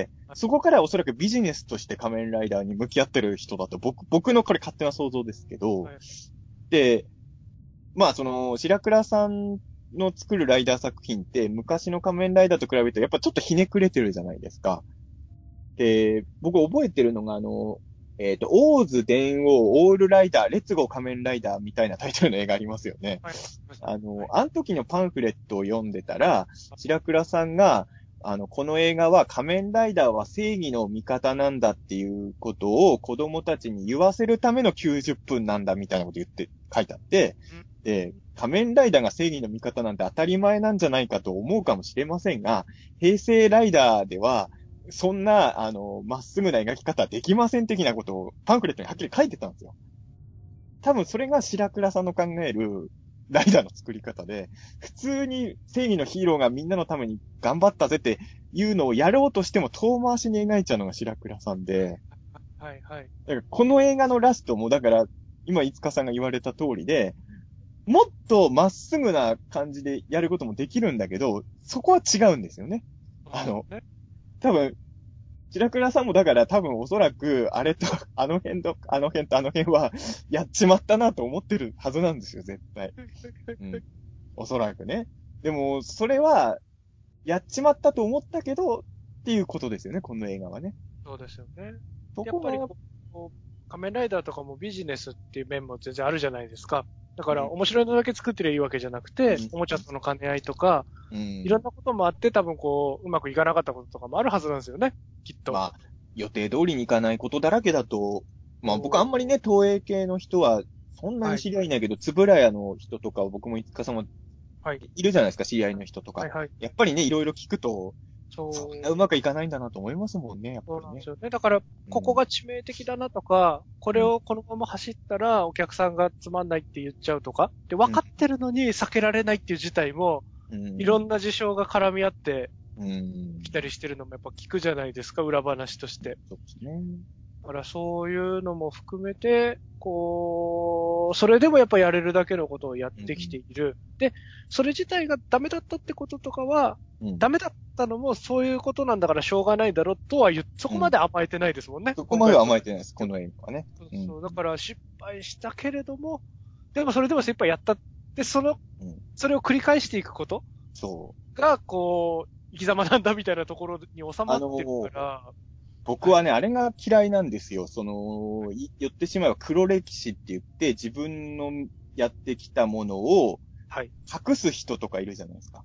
そこからおそらくビジネスとして仮面ライダーに向き合ってる人だと僕のこれ勝手な想像ですけど、で、まあ白倉さんの作るライダー作品って昔の仮面ライダーと比べるとやっぱちょっとひねくれてるじゃないですか。で、僕覚えてるのがオーズ電王オールライダー、レッツゴー仮面ライダーみたいなタイトルの映画ありますよね。あの時のパンフレットを読んでたら、白倉さんが、この映画は仮面ライダーは正義の味方なんだっていうことを子供たちに言わせるための90分なんだみたいなこと書いてあって、で、仮面ライダーが正義の味方なんて当たり前なんじゃないかと思うかもしれませんが、平成ライダーでは、そんな、まっすぐな描き方できません的なことをパンフレットにはっきり書いてたんですよ。多分それが白倉さんの考えるライダーの作り方で、普通に正義のヒーローがみんなのために頑張ったぜっていうのをやろうとしても遠回しに描いちゃうのが白倉さんで、 はいはい。 だからこの映画のラストも、だから、今、いつかさんが言われた通りで、もっとまっすぐな感じでやることもできるんだけど、そこは違うんですよね。多分、白倉さんもだから多分おそらく、あれと、あの辺と、あの辺とあの辺は、やっちまったなと思ってるはずなんですよ、絶対。うん。おそらくね。でも、それは、やっちまったと思ったけど、っていうことですよね、この映画はね。 そうですよね。 そこが、 やっぱり仮面ライダーとかもビジネスっていう面も全然あるじゃないですか。だから面白いのだけ作ってりゃいいわけじゃなくて、おもちゃとの兼ね合いとか、いろんなこともあって多分うまくいかなかったこととかもあるはずなんですよね。きっと。 まあ、予定通りにいかないことだらけだと、まあ僕あんまりね、東映系の人は、そんなに知り合いないけど、つぶらやの人とか僕もいつかさんもいるじゃないですか、知り合いの人とか。 はいはい。 やっぱりね、いろいろ聞くと、 そそんなうまくいかないんだなと思いますもんね、やっぱりねうなんです。よね。だから、ここが致命的だなとか、これをこのまま走ったらお客さんがつまんないって言っちゃうとか、で、分かってるのに避けられないっていう事態も、いろんな事象が絡み合ってきたりしてるのもやっぱ聞くじゃないですか、裏話として。 そうですね。 だからそういうのも含めて、それでもやっぱやれるだけのことをやってきている。で、それ自体がダメだったってこととかは、ダメだったのもそういうことなんだからしょうがないだろとはそこまで甘えてないですもんね。 そこまでは甘えてないです、この映画はね。 そう、だから失敗したけれども、でもそれでも精一杯やった。で、それを繰り返していくことが、生き様なんだみたいなところに収まってるから、 僕はね、あれが嫌いなんですよ。言ってしまえば黒歴史って言って、自分のやってきたものを、隠す人とかいるじゃないですか。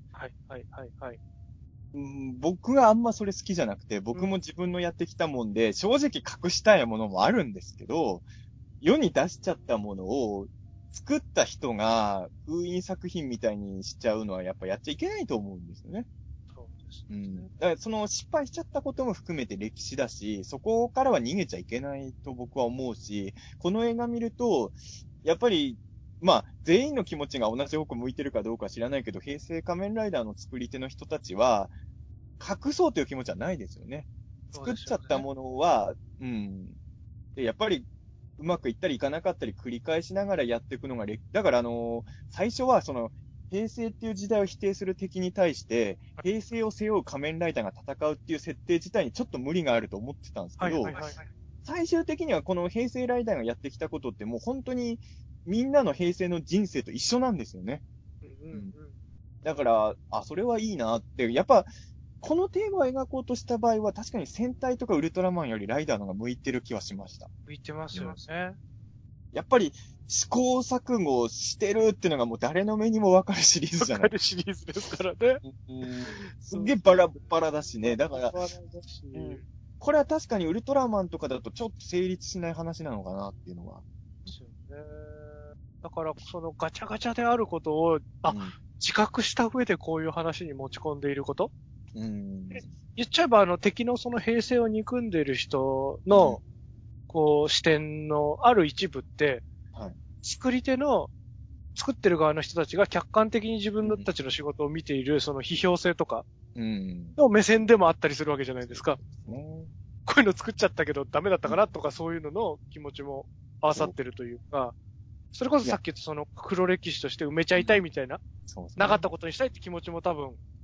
僕はあんまそれ好きじゃなくて、僕も自分のやってきたもんで、正直隠したいものもあるんですけど、世に出しちゃったものを、作った人が封印作品みたいにしちゃうのはやっぱやっちゃいけないと思うんですよね。だからその失敗しちゃったことも含めて歴史だし、そこからは逃げちゃいけないと僕は思うし、この映画見ると、やっぱり、まあ、全員の気持ちが同じ方向向いてるかどうかは知らないけど、平成仮面ライダーの作り手の人たちは、隠そうという気持ちはないですよね。作っちゃったものは、で、やっぱり、うまくいったりいかなかったり繰り返しながらやっていくのがだから最初は平成っていう時代を否定する敵に対して、平成を背負う仮面ライダーが戦うっていう設定自体にちょっと無理があると思ってたんですけど、最終的にはこの平成ライダーがやってきたことってもう本当にみんなの平成の人生と一緒なんですよね。だから、それはいいなって、やっぱ、このテーマを描こうとした場合は確かに戦隊とかウルトラマンよりライダーの方が向いてる気はしました。 向いてますよね。 やっぱり試行錯誤してるっていうのがもう誰の目にもわかるシリーズじゃない。 わかるシリーズですからね。 すっげえバラバラだしね。だから、これは確かにウルトラマンとかだとちょっと成立しない話なのかなっていうのは。 ですよね。だからそのガチャガチャであることを、自覚した上でこういう話に持ち込んでいること。言っちゃえば敵のその平成を憎んでいる人の、視点のある一部って、作り手の、作ってる側の人たちが客観的に自分たちの仕事を見ているその批評性とか、の目線でもあったりするわけじゃないですか。こういうの作っちゃったけどダメだったかなとかそういうのの気持ちも合わさってるというか、それこそさっき言ったその黒歴史として埋めちゃいたいみたいな、なかったことにしたいって気持ちも多分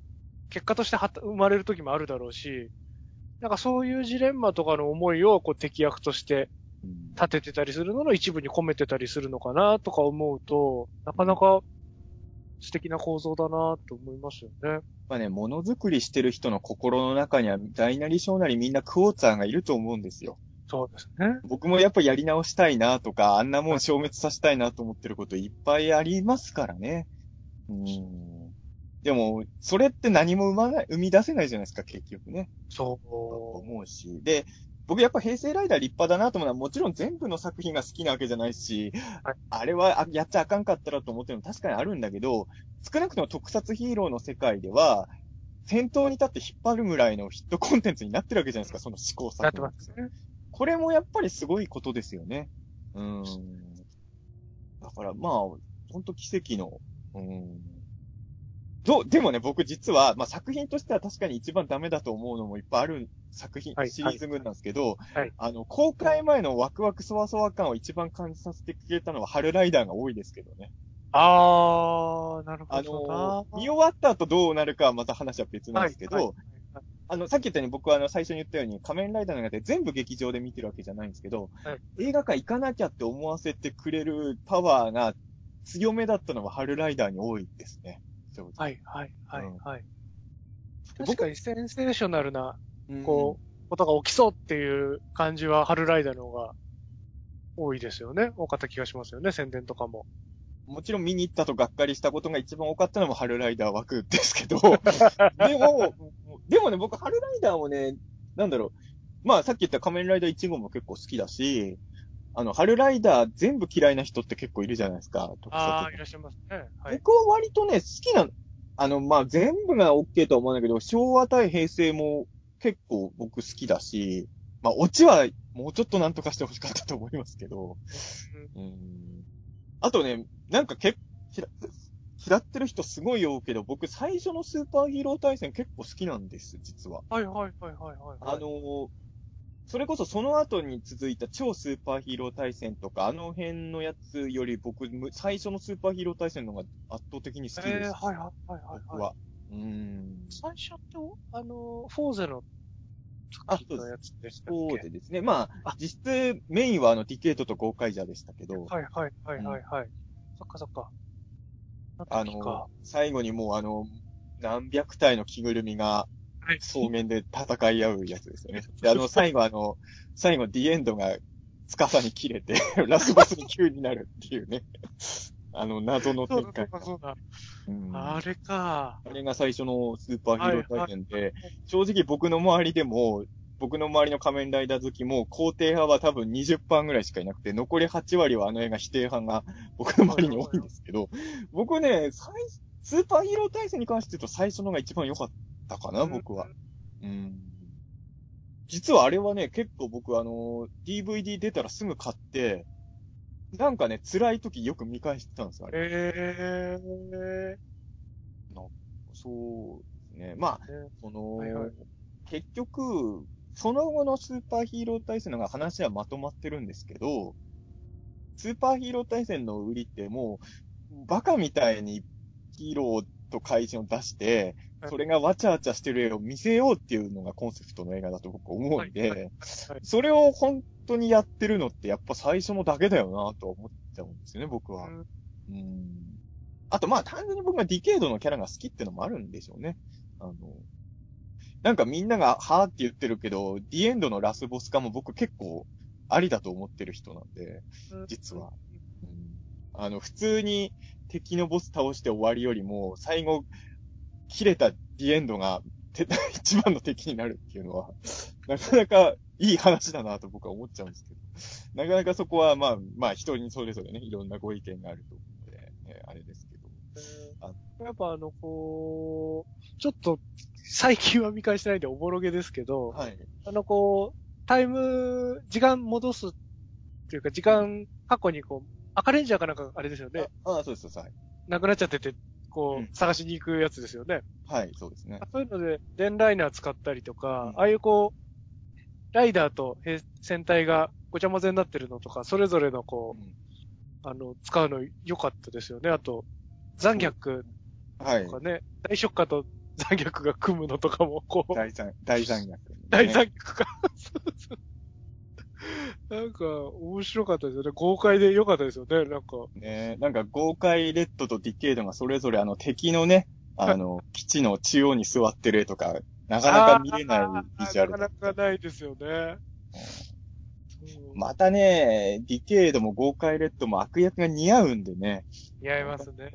結果として生まれる時もあるだろうし、なんかそういうジレンマとかの思いをこう敵役としてうん立ててたりするのの一部に込めてたりするのかなとか思うと、なかなか素敵な構造だなと思いますよね。 ね、ものづくりしてる人の心の中には大なり小なりみんなクォーツァーがいると思うんですよ。 そうですね。 僕もやっぱやり直したいなとか、あんなもはいん消滅させたいなと思ってることいっぱいありますからね。でも、それって何も生み出せないじゃないですか、結局ね。 そ思うし。で、僕やっぱ平成ライダー立派だなと思うのは、もちろん全部の作品が好きなわけじゃないし、 はいあれはやっちゃあかんかったらと思ってるの確かにあるんだけど、少なくとも特撮ヒーローの世界では、先頭に立って引っ張るぐらいのヒットコンテンツになってるわけじゃないですか、その試行う、なって錯誤。 ますね。 これもやっぱりすごいことですよね。だからまあ、ほんと奇跡の、でもね、僕実は、まあ作品としては確かに一番ダメだと思うのもいっぱいある作品、 はい、はい、 シリーズ群なんですけど、 はい。 公開前のワクワクそわそわ感を一番感じさせてくれたのは春ライダーが多いですけどね。 あー、なるほどな。 見終わった後どうなるかはまた話は別なんはい、はい、 ですけど、 はい。 さっき言ったように僕は最初に言ったように仮面ライダーの中で全部劇場で見てるわけじゃないんですけど、 はい、 映画館行かなきゃって思わせてくれるパワーが強めだったのは春ライダーに多いですね。正直。 はい、はい、はい、 うん。 はい。 で僕、 確かにセンセーショナルな、 うん。 ことが起きそうっていう感じは、春ライダーの方が多いですよね。多かった気がしますよね、宣伝とかも。 もちろん見に行ったとがっかりしたことが一番多かったのも春ライダー枠ですけど、でも、でもね、僕春ライダーもね、なんだろう。まあさっき言った仮面ライダー1号も結構好きだし、春ライダー全部嫌いな人って結構いるじゃないですか、特撮の。 いらっしゃいますね。はい。 僕は割とね、好きな、まあ全部が OK とは思うんだけど、昭和対平成も結構僕好きだし、まあオチはもうちょっとなんとかしてほしかったと思いますけど、 うん、 うん。あとね、なんか嫌ってる人すごい多いけど、僕最初のスーパーヒーロー対戦結構好きなんです、実は。 はい、はい、はい、はい、はい。はい。 それこそその後に続いた超スーパーヒーロー対戦とか、あの辺のやつより僕、最初のスーパーヒーロー対戦の方が圧倒的に好きです。 はい、はい、はい、はい。はい。 僕は。 最初って、フォーゼの時そうです。 のやつでしたっそうけ？ でですね。まあ、 あ、 実質メインはディケートとゴーカイジャーでしたけど、 はい、はい、はい、 うんはい、はい。そっか、そっか。の時か。 最後にもう何百体の着ぐるみがはい。 草原で戦い合うやつですよね。で、最後ディエンドが司に切れてラスボスに急になるっていうね。謎のそうだ、そうだ、 展開が。 そうだ。 うん。 あれか。 あれが最初のスーパーヒーはい、 ロー対はい。 戦で、正直僕の周りの仮面ライダー好きも、肯定派は多分20%ぐらいしかいなくて、残り8割はあの映画否定派が僕のはい、 周りに多いんはい、 ですけど、僕ね、スーパーヒーロー対戦に関して言うと最初のが一番良かったかな、 うん。 僕は。うん。実はあれはね、結構僕DVD 出たらすぐ買って、なんかね、辛い時よく見返してたんですよ、あれ。 えー。 なそうですね。まあ、そはい、はの、 い。 結局、その後のスーパーヒーロー対戦のが話はまとまってるんですけど、スーパーヒーロー対戦の売りってもう、バカみたいにヒーローと怪人を出して、 はい、 それがわちゃわちゃしてる絵を見せようっていうのがコンセプトの映画だと僕思うはい、はい。 んで、 はい。 それを本当にやってるのってやっぱ最初のだけだよなとは思っちゃうんですよね、僕は。 うん。 うん。あとまあ単純に僕がディケードのキャラが好きってのもあるんでしょうね。あの、なんかみんながはーって言ってるけど、ディエンドのラスボス化も僕結構ありだと思ってる人なんで、 うん。 実は。うん、普通に敵のボス倒して終わりよりも、最後、切れたディエンドが一番の敵になるっていうのは、なかなかいい話だなと僕は思っちゃうんですけど、なかなかそこはまあ人にそれぞれね、いろんなご意見があると思うので、あれですけど。あやっぱちょっと、最近は見返してないんでおぼろげですけど、 はい。 時間戻すっていうか、 うん。 過去に赤レンジャーかなんかあれですよね。 そうです、はい。 なくなっちゃってて、 うん。 探しに行くやつですよね。 はい、そうですね。 そういうので、電ライナー使ったりとか、 うん。 ああいうライダーと戦隊がごちゃ混ぜになってるのとか、それぞれのうん。 使うの良かったですよね。あと、残そう。 虐はい。 とかね、大食家と残虐が組むのとかも、こう、 大残虐、ね。 大残虐か。そうそう。なんか、面白かったですよね。豪快で良かったですよね、なんか。 ね、なんか豪快レッドとディケイドがそれぞれ敵のね、基地の中央に座ってる絵とか、なかなか見れないビジュアルだった。 なかなかないですよね。 またね、ディケイドも豪快レッドも悪役が似合うんでね。 似合いますね。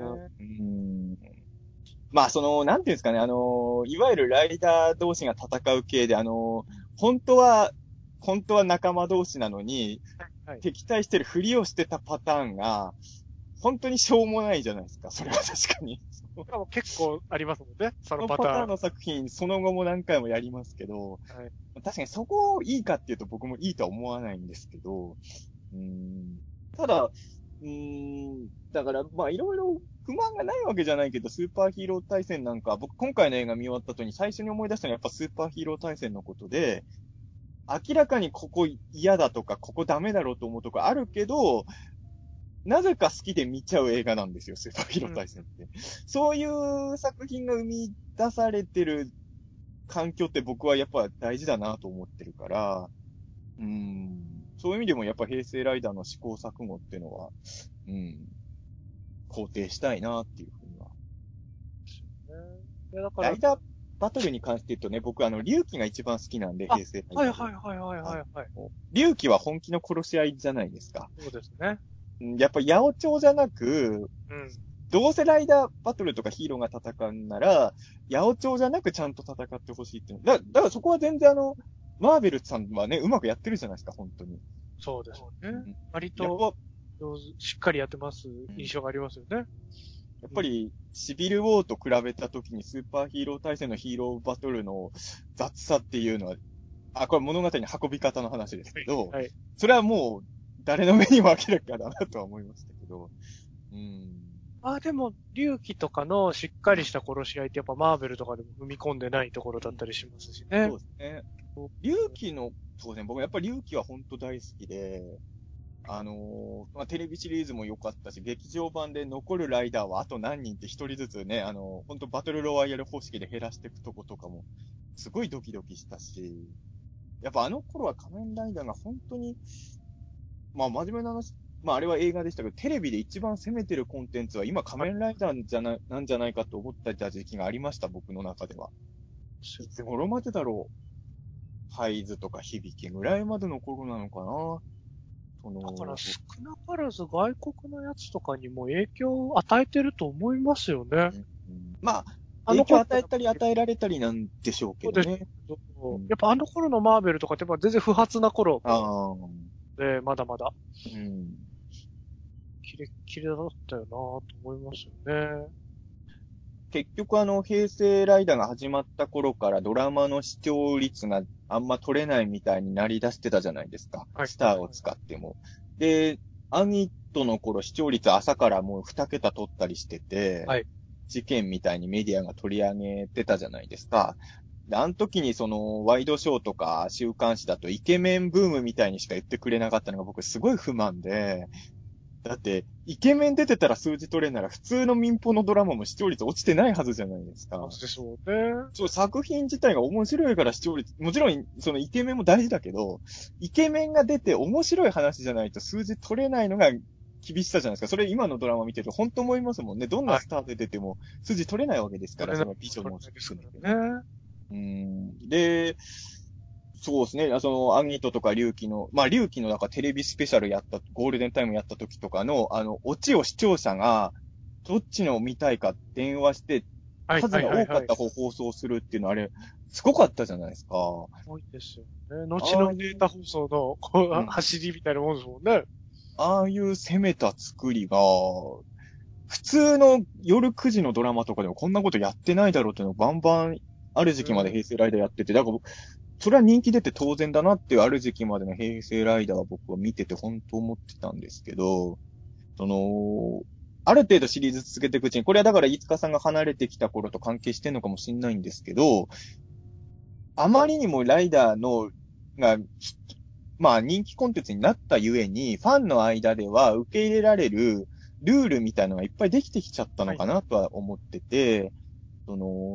まあ、なんていうんですかね、いわゆるライダー同士が戦う系で、本当は、本当は仲間同士なのに、 はい。 敵対してるふりをしてたパターンが、本当にしょうもないじゃないですか。それは確かに。 しかも結構ありますもんね、そこのパターン。 のパターンの作品、その後も何回もやりますけど、 はい。 確かにそこいいかっていうと僕もいいとは思わないんですけど、ただ、だから、まあいろいろ不満がないわけじゃないけど、スーパーヒーロー対戦なんか、僕今回の映画見終わった後に最初に思い出したのはやっぱスーパーヒーロー対戦のことで、明らかにここ嫌だとか、ここダメだろうと思うとこあるけど、なぜか好きで見ちゃう映画なんですよ、スーパーヒーロー対戦って。そういう作品が生み出されてる環境って僕はやっぱ大事だなと思ってるから、そういう意味でもやっぱ平成ライダーの試行錯誤っていうのは、うん、肯定したいなっていうふうには。 いや、だから、 ライダーバトルに関して言うとね、僕龍騎が一番好きなんで、 あ、 平成ライダーで。 はいはいはいはいはいはい。 龍騎は本気の殺し合いじゃないですか。 そうですね。 やっぱ八百長じゃなく、 うん。 どうせライダーバトルとかヒーローが戦うんなら、八百長じゃなくちゃんと戦ってほしいっていうの。だからそこは全然マーベルさんはね、うまくやってるじゃないですか、本当に。 そうですね。 うん、 割とやっぱ、 しっかりやってます印象がありますよね。 やっぱり、シビルウォーと比べたときにスーパーヒーロー対戦のヒーローバトルの雑さっていうのは、これ物語の運び方の話ですけど、 はい。 それはもう誰の目にも明らかだなとは思いましたけど、 でも、龍騎とかのしっかりした殺し合いってやっぱマーベルとかでも踏み込んでないところだったりしますしね。 そうですね。龍騎の、そうですね、僕やっぱり龍騎は本当大好きで、まあ、テレビシリーズも良かったし、劇場版で残るライダーはあと何人って一人ずつね、本当バトルロワイヤル方式で減らしていくとことかも、すごいドキドキしたし、やっぱあの頃は仮面ライダーが本当に、まあ真面目な話、まああれは映画でしたけど、テレビで一番攻めてるコンテンツは今仮面ライダーなんじゃないかと思ってた時期がありました、僕の中では。いつ頃までだろう。ハイズとか響きぐらいまでの頃なのかな。 だから少なからず外国のやつとかにも影響を与えてると思いますよね。 まあ、 あの頃影響与えたり与えられたりなんでしょうけそうですどね。 けど、やっぱあの頃のマーベルとかってやっぱ全然不発な頃ああ、 で、まだまだ、 うん。 キレッキレだったよなと思いますよね。 結局平成ライダーが始まった頃からドラマの視聴率があんま取れないみたいになり出してたじゃないですか。 はい。 スターを使っても。で、アニットの頃視聴率朝からもう2桁取ったりしてて、 はい。 事件みたいにメディアが取り上げてたじゃないですか。で、あの時にワイドショーとか週刊誌だとイケメンブームみたいにしか言ってくれなかったのが僕すごい不満で、だって、イケメン出てたら数字取れんなら普通の民放のドラマも視聴率落ちてないはずじゃないですか。 そうですもんね。 作品自体が面白いから視聴率、もちろんそのイケメンも大事だけど、イケメンが出て面白い話じゃないと数字取れないのが厳しさじゃないですか。それ今のドラマ見てると本当思いますもんね。どんなはい。 スターで出ても数字取れないわけですから、 取れない、 その美女も取れないですか含めてね。 らね。 で、そうですね。アンギトとか龍騎の、まあ、龍騎のなんかテレビスペシャルやった、ゴールデンタイムやった時とかの、オチを視聴者が、どっちのを見たいか電話して、 はい、はい、 数がはい、はい。 多かった方放送するっていうのはあれ、すごかったじゃないですか。 多いですよね。後ああいう、 のデータ放送の、こう、 うん。 走りみたいなもんですもんね。 ああいう攻めた作りが、普通の夜9時のドラマとかでもこんなことやってないだろうっていうのをバンバンある時期まで平成ライダーやってて、だからそれは人気出て当然だなっていうある時期までの平成ライダーは僕は見てて本当思ってたんですけど、その、ある程度シリーズ続けていくうちに、これはだから飯塚さんが離れてきた頃と関係してんのかもしれないんですけど、あまりにもライダーが、まあ人気コンテンツになったゆえに、ファンの間では受け入れられるルールみたいなのがいっぱいできてきちゃったのはい。 かなとは思ってて、その、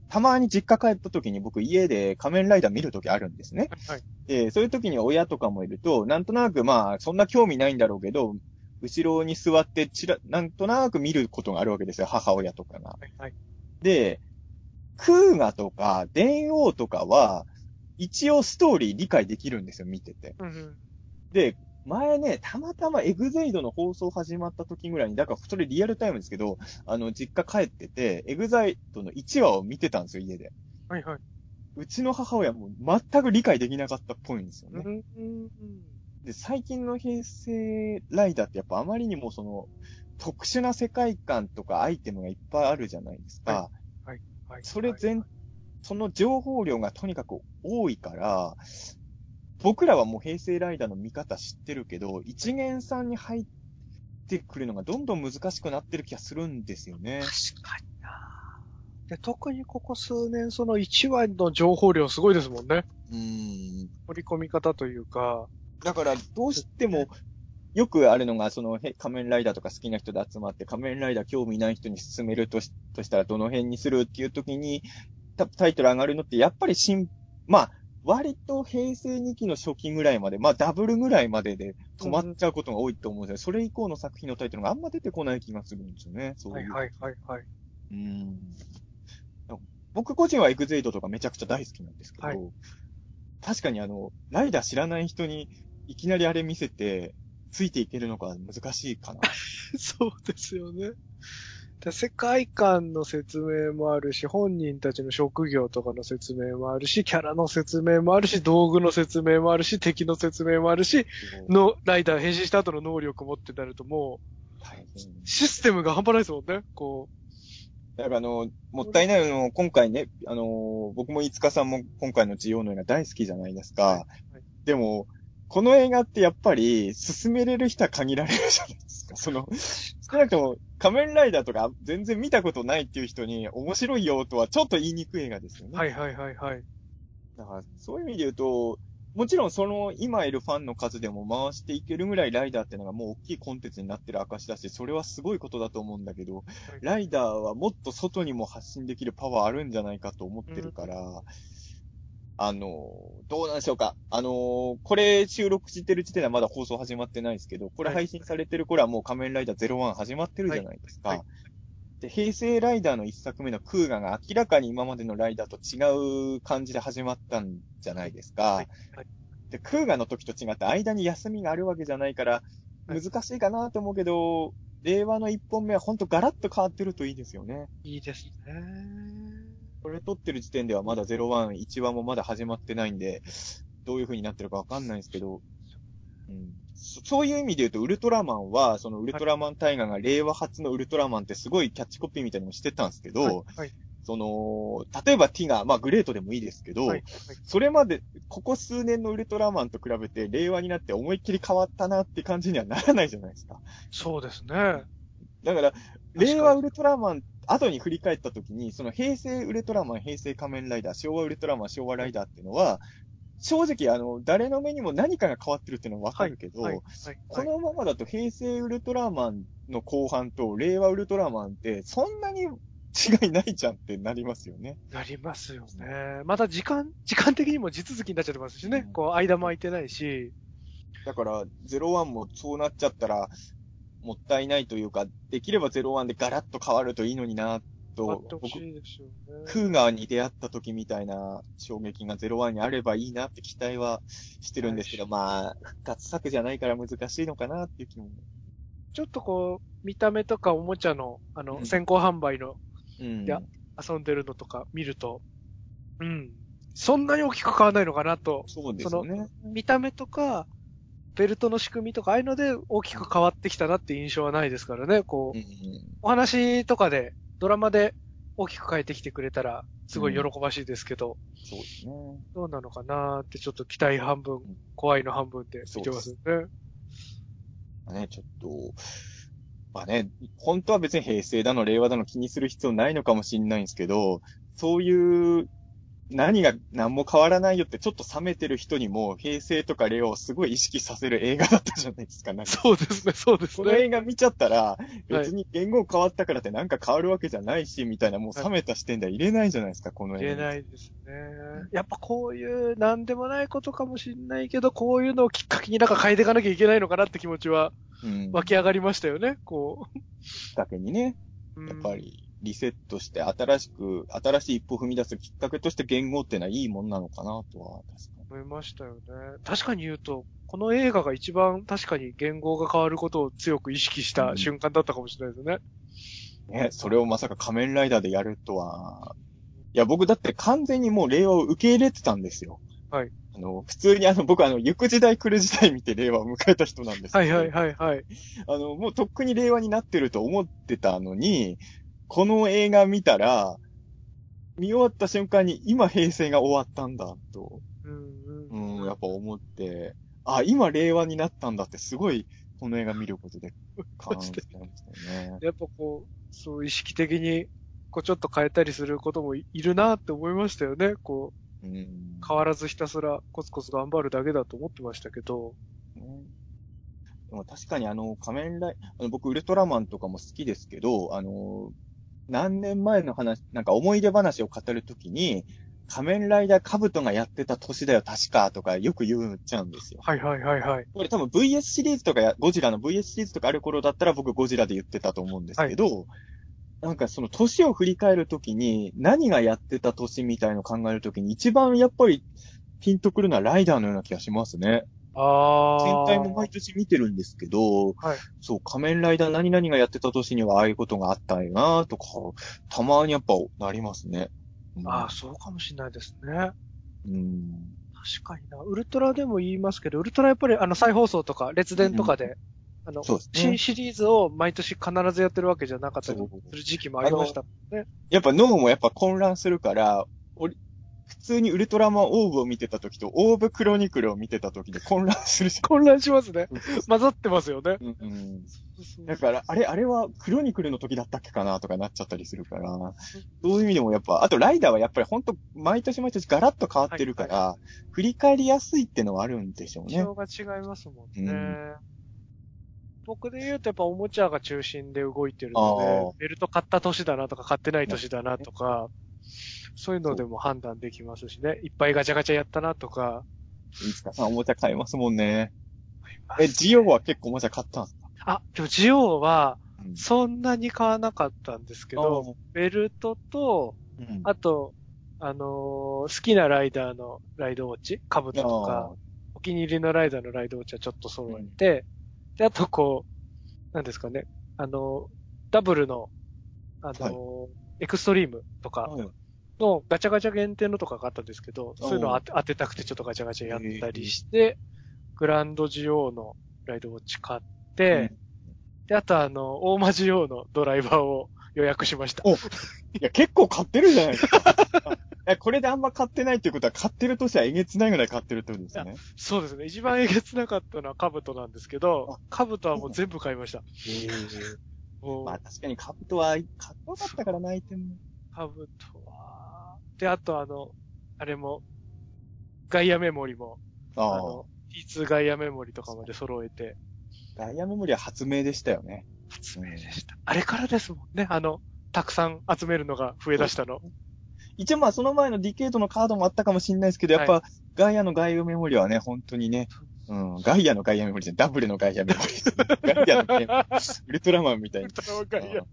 たまに実家帰った時に僕家で仮面ライダー見る時あるんですね。 はい。 で、そういう時に親とかもいると、なんとなくまあ、そんな興味ないんだろうけど、後ろに座ってなんとなく見ることがあるわけですよ、母親とかが。 はい。はい。 で、クーガとか、電王とかは、一応ストーリー理解できるんですよ、見てて。 うん。 で、前ね、たまたまエグゼイドの放送始まった時ぐらいに、だからそれリアルタイムですけど、実家帰ってて、エグザイドの1話を見てたんですよ、家で。 はい。はい。 うちの母親も全く理解できなかったっぽいんですよね。 うん。 で、最近の平成ライダーってやっぱあまりにも特殊な世界観とかアイテムがいっぱいあるじゃないですはい。 か。 はい。はい。 それその情報量がとにかく多いから、僕らはもう平成ライダーの見方知ってるけど、一元さんに入ってくるのがどんどん難しくなってる気がするんですよね。 確かにな。で、特にここ数年、その1話の情報量すごいですもんね。 うーん。 取り込み方というか。 だから、どうしても、よくあるのが、仮面ライダーとか好きな人で集まって、仮面ライダー興味ない人に勧めるとしたら、どの辺にするっていう時に、タイトル上がるのって、やっぱりまあ、割と平成2期の初期ぐらいまで、まあ、ダブルぐらいまでで止まっうん。 ちゃうことが多いと思うんですよ。それ以降の作品のタイトルがあんま出てこない気がするんですよね。そういう。 はい。はい。はい。はい。 うーん。僕個人はエグゼイドとかめちゃくちゃ大好きなんですけはい。 ど、確かにライダー知らない人にいきなりあれ見せて、ついていけるのか難しいかな。 そうですよね。世界観の説明もあるし、本人たちの職業とかの説明もあるし、キャラの説明もあるし、道具の説明もあるし、敵の説明もあるし、ライダー変身した後の能力持ってなるともう、 大変。 システムが半端ないですもんね。こだからもう。 ったいないのも、今回ね、僕も五日さんも今回のジオの映画大好きじゃないですはい。 か。 はい。 でも、この映画ってやっぱり進めれる人は限られるじゃないですか。少なくとも仮面ライダーとか全然見たことないっていう人に面白いよとはちょっと言いにくい映画ですよね。 はい。はい。はい。はい。 だからそういう意味で言うと、もちろん今いるファンの数でも回していけるぐらいライダーっていうのがもう大きいコンテンツになってる証だし、それはすごいことだと思うんだけど、 はい。 ライダーはもっと外にも発信できるパワーあるんじゃないかと思っうん。 てるから、どうなんでしょうか。これ収録してる時点ではまだ放送始まってないですけど、これはい。 配信されてる頃はもう仮面ライダー01始まってるはい。 じゃないですはい。 か。で、平成ライダーの一作目のクーガが明らかに今までのライダーと違う感じで始まったんじゃないですはい。 か。 はい。 で、クーガの時と違って間に休みがあるわけじゃないから、 はい。 難しいかなと思うけど、令和の一本目はほんとガラッと変わってるといいですよね。 いいですね。 これ撮ってる時点ではまだ01、1話もまだ始まってないんで、どういう風になってるかわかんないんですけど、うん、そういう意味で言うと、ウルトラマンは、そのウルはい。 トラマン大河が令和初のウルトラマンってすごいキャッチコピーみたいにもしてたんですけはい。 ど、 はい。 例えばティガ、まあグレートでもいいですけど、 はい。はい。 それまで、ここ数年のウルトラマンと比べて、令和になって思いっきり変わったなって感じにはならないじゃないですか。 そうですね。 だから、 確かに。 令和ウルトラマン、後に振り返った時に、その平成ウルトラマン、平成仮面ライダー、昭和ウルトラマン、昭和ラはい。 イダーっていうのは、正直、誰の目にも何かが変わってるっていうのはわかはい。 るけはい。 ど、 はい。はい。 このままだと平成ウルトラマンの後半と令和ウルトラマンってそんなに違いないじゃんってなりますよね。 なりますよね。また時間的にも地続きになっちゃってますしね。 うん、 こう、間も空いてないし。 だから、01もそうなっちゃったら、もったいないというか、できれば01でガラッと変わるといいのにな、と、 あってほし僕、 いですよね。 クーガーに出会った時みたいな衝撃が01にあればいいなって期待はしてるんですけど、 はいし。 まあ、復活作じゃないから難しいのかなっていう気も。 ちょっとこう、見た目とかおもちゃの、 うん。 先行販売の、でうん。 遊んでるのとか見ると、うん。そんなに大きく変わらないのかなと。 そうでその、 すよね。 見た目とか、ベルトの仕組みとか、ああいうので大きうん。 く変わってきたなっていう印象はないですからね。こう、 うん。 お話とかで、ドラマで大きく変えてきてくれたら、すごいうん。 喜ばしいですけど、 そうですね。 どうなのかなってちょっと期待半分、 うん。 怖いの半分で見てますそうです。 よね。 ね、ちょっと、まあね、本当は別に平成だの令和だの気にする必要ないのかもしれないんですけど、そういう何も変わらないよってちょっと冷めてる人にも、平成とか令和をすごい意識させる映画だったじゃないですか。なんかそうですね、そうですこの映ね。 画見ちゃったら、別に言語変わったからってなんか変わるわけじゃないし、みたいなもう冷めた視点では入れないじゃないですか、この映画。 言えないですね。やっぱこういうなんでもないことかもしれないけど、こういうのをきっかけになんか変えていかなきゃいけないのかなって気持ちは湧き上がりましたよね、こきっかけにね、 う。 やっぱりリセットして新しい一歩踏み出すきっかけとして言語ってのはいいもんなのかなとは、確かに。 思いましたよね。確かに言うと、この映画が一番確かに言語が変わることを強く意識した瞬間だったかもしれないですね。 ね、それをまさか仮面ライダーでやるとは。いや、僕だって完全にもう令和を受け入れてたんですよ。 はい。 普通に僕行く時代来る時代見て令和を迎えた人なんですけど。 はいはいはいはい。 もうとっくに令和になってると思ってたのに、この映画見たら、見終わった瞬間に今平成が終わったんだと、やっぱ思って、あ、今令和になったんだってすごい、この映画見ることで感じたんですよね。 やっぱこう、そう意識的に、こうちょっと変えたりすることもいるなって思いましたよね。こう、変わらずひたすらコツコツ頑張るだけだと思ってましたけど。 でも確かに仮面ライ、僕ウルトラマンとかも好きですけど、何年前の話、なんか思い出話を語るときに、仮面ライダーカブトがやってた年だよ、確か、とかよく言っちゃうんですよ。 はいはいはいはい。 これ多分 VS シリーズとかゴジラの VS シリーズとかある頃だったら僕ゴジラで言ってたと思うんですけど、なんかその年を振り返るときに何がやってた年みたいのを考えるときに一番やっぱりピンとくるのはライダーのような気がしますね。戦隊も毎年見てるんですけど、そう、仮面ライダー何々がやってた年にはああいうことがあったよなとか、たまにやっぱなりますね。 そうかもしれないですね。 うん。 確かにな。ウルトラでも言いますけど、ウルトラやっぱり再放送とか列伝とかで、 そうですね。 新シリーズを毎年必ずやってるわけじゃなかったりする時期もありましたもんね。 やっぱ脳もやっぱ混乱するから、普通にウルトラマンオーブを見てた時とオーブクロニクルを見てた時で混乱するし。 混乱しますね。混ざってますよね。 だから、あれはクロニクルの時だったっけかなとかなっちゃったりするから、そういう意味でもやっぱ、あとライダーはやっぱり本当毎年毎年ガラッと変わってるから、振り返りやすいってのはあるんでしょうね。 印象が違いますもんね。僕で言うとやっぱおもちゃが中心で動いてるので、ベルト買った年だなとか買ってない年だなとか、そういうのでも判断できますしね。いっぱいガチャガチャやったなとか。 いつかさんおもちゃ買えますもんね。ジオは結構おもちゃ買ったんですか？ でもジオは、そんなに買わなかったんですけど、ベルトと、あと、好きなライダーのライドウォッチ、カブトとか、お気に入りのライダーのライドウォッチはちょっと揃えて、で、あとこう、なんですかね、ダブルの、エクストリームとかのガチャガチャ限定のとかがあったんですけど、そういうのを当てたくてちょっとガチャガチャやったりして、グランドジオのライドウォッチ買って、で、あと大間ジオのドライバーを予約しました。 いや、結構買ってるじゃないですか。これであんま買ってないっていうことは、買ってる年はえげつないぐらい買ってるってことですね。 そうですね。一番えげつなかったのはカブトなんですけど、カブトはもう全部買いました。 まあ確かにカブトは、かっこよかったからな、アイテム。 カブトは、で、あとあれも、ガイアメモリも、T2 ガイアメモリとかまで揃えて。 ガイアメモリは発明でしたよね。 発明でした。あれからですもんね。たくさん集めるのが増え出したの。 一応まあその前のディケードのカードもあったかもしれないですけど、やっぱ、ガイアのガイアメモリはね、本当にね、ガイアのガイアメモリじゃん、ダブルのガイアメモリ。ガイアのガイアメモリ。ウルトラマンみたいな。 ウルトラマンガイア。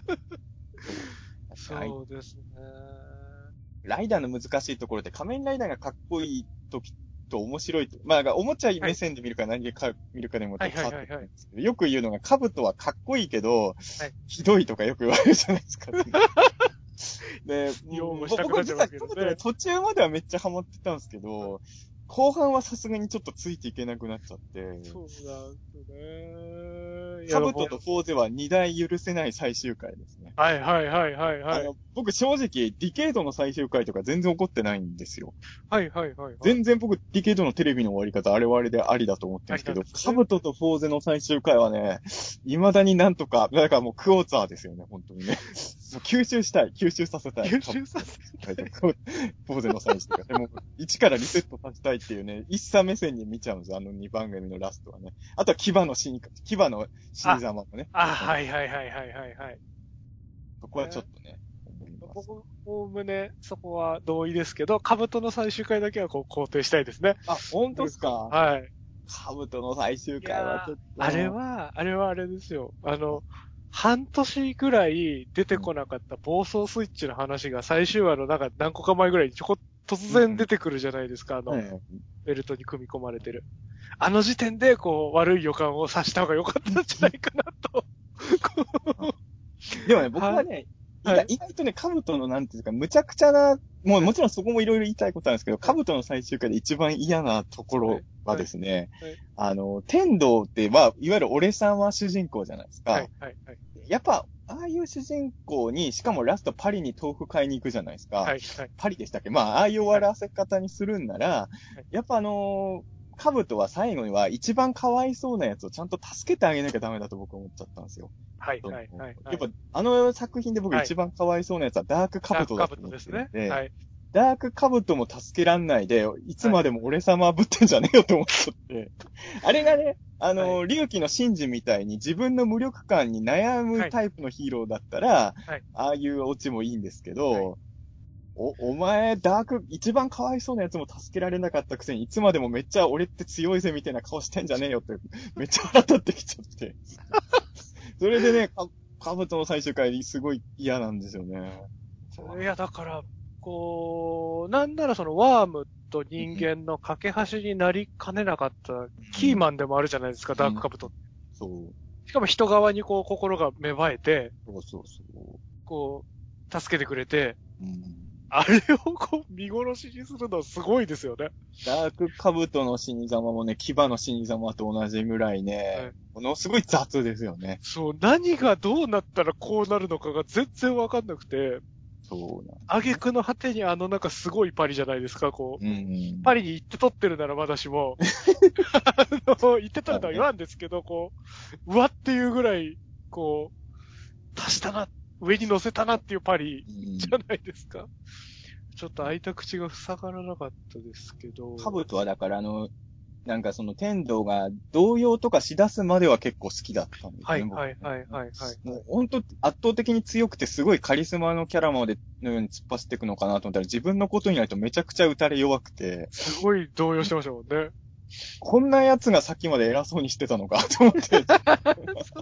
そうですね。 ライダーの難しいところで仮面ライダーがかっこいい時と面白いと。まあ、おもちゃ目線で見るか何で見るかでも変わってくるんですけど、よく言うのが、カブトはかっこいいけど、ひどいとかよく言われるじゃないですか。で、僕実は途中まではめっちゃハマってたんですけど、後半はさすがにちょっとついていけなくなっちゃって。 そうなんですね。 カブトとフォーゼは2大許せない最終回ですね。 はいはいはいはいはい。 僕正直、ディケイドの最終回とか全然怒ってないんですよ。 はいはいはいはい。 全然僕、ディケイドのテレビの終わり方、あれはあれでありだと思ってるんですけど、カブトとフォーゼの最終回はね、未だになんとか、だからもうクォーツァーですよね、本当にね。もう吸収させたい。 吸収させたい。 フォーゼの最終回。でも、一からリセットさせたいっていうね、一茶目線に見ちゃうんですよ、あの2番組のラストはね。あとは牙の死様もね。 はいはいはいはいはいはい。 そこはちょっとね、思います。 僕、おおむね、そこは同意ですけど、兜の最終回だけはこう肯定したいですね。 あ、本当ですか？ はい。 カブトの最終回はちょっと。 あれはあれですよ。半年ぐらい出てこなかった暴走スイッチの話が最終話のなんか何個か前ぐらいに突然出てくるじゃないですか。ベルトに組み込まれてる。あの時点で、こう、悪い予感をさした方が良かったんじゃないかなと。 でもね、僕はね、意外とね、カブトのなんていうか、むちゃくちゃな、もちろんそこもいろいろ言いたいことあるんですけど、カブトの最終回で一番嫌なところはですね、天道っては、いわゆる俺さんは主人公じゃないですか。やっぱ、ああいう主人公に、しかもラストパリに豆腐買いに行くじゃないですか。パリでしたっけ？ああいう終わらせ方にするんなら、やっぱカブトは最後には一番かわいそうなやつをちゃんと助けてあげなきゃダメだと僕は思っちゃったんですよ。やっぱあの作品で僕一番かわいそうなやつはダークカブトだと思ってるんで、ダークカブトも助けらんないで、いつまでも俺様ぶってんじゃねえよと思っちゃって。あれがね、龍騎のシンジみたいに自分の無力感に悩むタイプのヒーローだったら、ああいうオチもいいんですけど、お前、一番かわいそうなやつも助けられなかったくせに、いつまでもめっちゃ俺って強いぜみたいな顔してんじゃねえよって、めっちゃ腹立ってきちゃって。それでね、カブトの最終回すごい嫌なんですよね。 いや、だから、こう、なんならそのワームと人間の架け橋になりかねなかったキーマンでもあるじゃないですか、ダークカブト。 そう。 しかも人側にこう心が芽生えて、 そう。 こう、助けてくれて、あれをこう見殺しにするのはすごいですよね。 ダークカブトの死に様もね、牙の死に様と同じぐらいね、ものすごい雑ですよね。 そう、何がどうなったらこうなるのかが全然わかんなくて、 そうなん。 挙句の果てになんかすごいパリじゃないですか、こう。パリに行って取ってるならまだしも、行って取るとは言わんですけど、こう、うわっていうぐらい、こう、足したな、上に乗せたなっていうパリじゃないですか。ちょっと開いた口が塞がらなかったですけど。 カブトはだからなんかその天道が動揺とかしだすまでは結構好きだったんですね。 はい。 もう本当圧倒的に強くてすごいカリスマのキャラまでのように突っ走っていくのかなと思ったら自分のことになるとめちゃくちゃ打たれ弱くて。 すごい動揺してましたもんね。 こんな奴がさっきまで偉そうにしてたのかと思って。 だからなんか、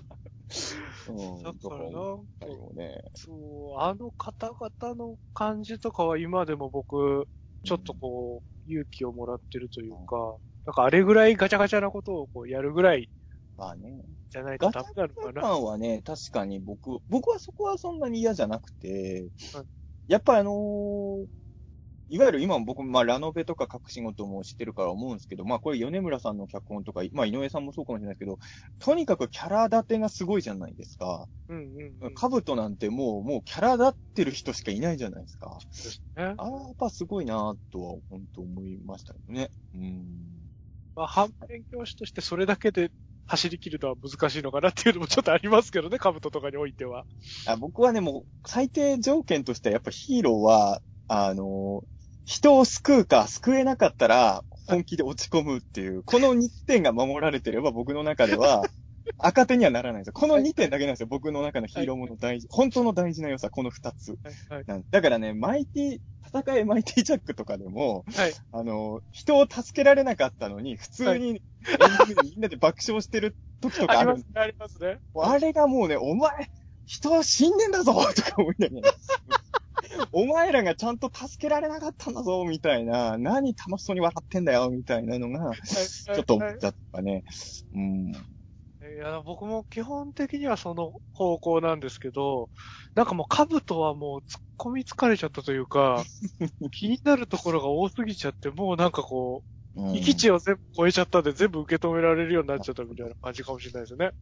そう、あの方々の感じとかは今でも僕、ちょっとこう、勇気をもらってるというか、なんかあれぐらいガチャガチャなことをこうやるぐらい、じゃないとダメなのかな。 ガチャガチャ感はね、確かに僕はそこはそんなに嫌じゃなくて、やっぱいわゆる今も僕、ラノベとか書く仕事もしてるから思うんですけど、これ米村さんの脚本とか、井上さんもそうかもしれないですけど、とにかくキャラ立てがすごいじゃないですか。カブトなんてもうキャラ立ってる人しかいないじゃないですか。やっぱすごいなとは本当思いましたけどね。 反面教師としてそれだけで走り切るのは難しいのかなっていうのもちょっとありますけどね、カブトとかにおいては。 僕はね、もう最低条件としてはやっぱヒーローは、人を救うか救えなかったら本気で落ち込むっていう、この2点が守られてれば僕の中では赤手にはならないんですよ。この2点だけなんですよ。僕の中のヒーローもの本当の大事な良さ、この2つ。だからね、戦いマイティジャックとかでも、人を助けられなかったのに、普通にエンディングでみんなで爆笑してる時とかある。 ありますね。 あれがもうね、お前、人死んでんだぞとか思いながら。お前らがちゃんと助けられなかったんだぞみたいな、何楽しそうに笑ってんだよみたいなのが、ちょっと思っちゃったね。 いや、僕も基本的にはその方向なんですけど、なんかもうカブトはもう突っ込み疲れちゃったというか、気になるところが多すぎちゃって、もうなんかこう、域地を全部超えちゃったんで全部受け止められるようになっちゃったみたいな感じかもしれないですね。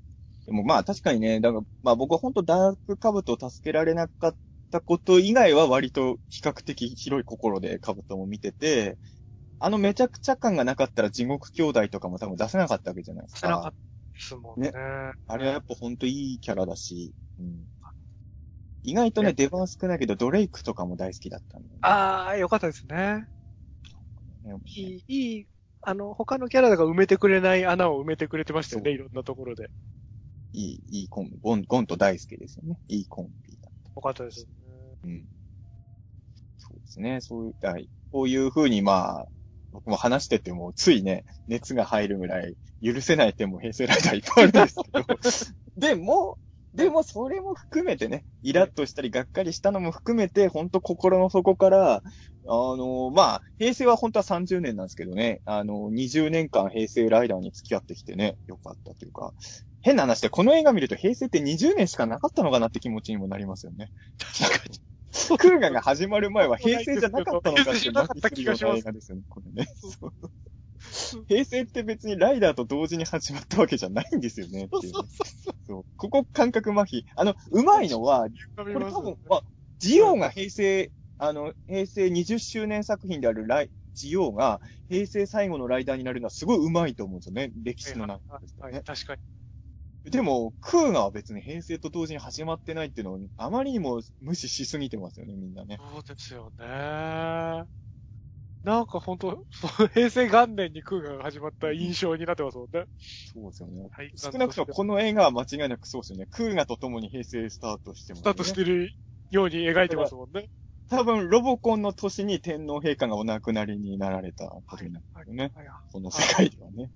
でもまあ確かにね、だからまあ僕は本当ダークカブトを助けられなかったこと以外は割と比較的広い心でカブトも見てて、めちゃくちゃ感がなかったら地獄兄弟とかも多分出せなかったわけじゃないですか。 背中ですもんね。 ね。あれはやっぱほんといいキャラだし、うん。意外とね、出番少ないけど、ドレイクとかも大好きだったんだよね。 ああ、よかったですね。 ねいい、他のキャラが埋めてくれない穴を埋めてくれてましたよね、いろんなところで。 いいコンビ。ゴンと大輔ですよね。いいコンビだ。 よかったですよね。 うん。そうですね。こういう風にまあ、僕も話してても、ついね、熱が入るぐらい、許せない点も平成ライダーいっぱいあるんですけど、でもそれも含めてね、イラッとしたりがっかりしたのも含めて、ほんと心の底から、まあ、平成は本当は30年なんですけどね、20年間平成ライダーに付き合ってきてね、よかったというか、変な話で、この映画見ると平成って20年しかなかったのかなって気持ちにもなりますよね。 確かに。 クーガが始まる前は平成じゃなかったのかって麻痺するような映画ですよね、これね。平成って別にライダーと同時に始まったわけじゃないんですよね、っていうね。そう。ここ感覚麻痺。うまいのは、これ多分、まあ、ジオウが平成20周年作品であるジオウが平成最後のライダーになるのはすごいうまいと思うんですよね、歴史の中でね。 はい、確かに。 でも、クーガは別に平成と同時に始まってないっていうのを、あまりにも無視しすぎてますよね、みんなね。 そうですよね。なんか本当、平成元年にクーガが始まった印象になってますもんね。 そうですよね。 体少なくとも感としてこの映画は間違いなくそうですよね。クーガと共に平成スタートしてますよね。 スタートしてるように描いてますもんね。 多分、ロボコンの年に天皇陛下がお亡くなりになられたことになるんですよね。この世界ではね。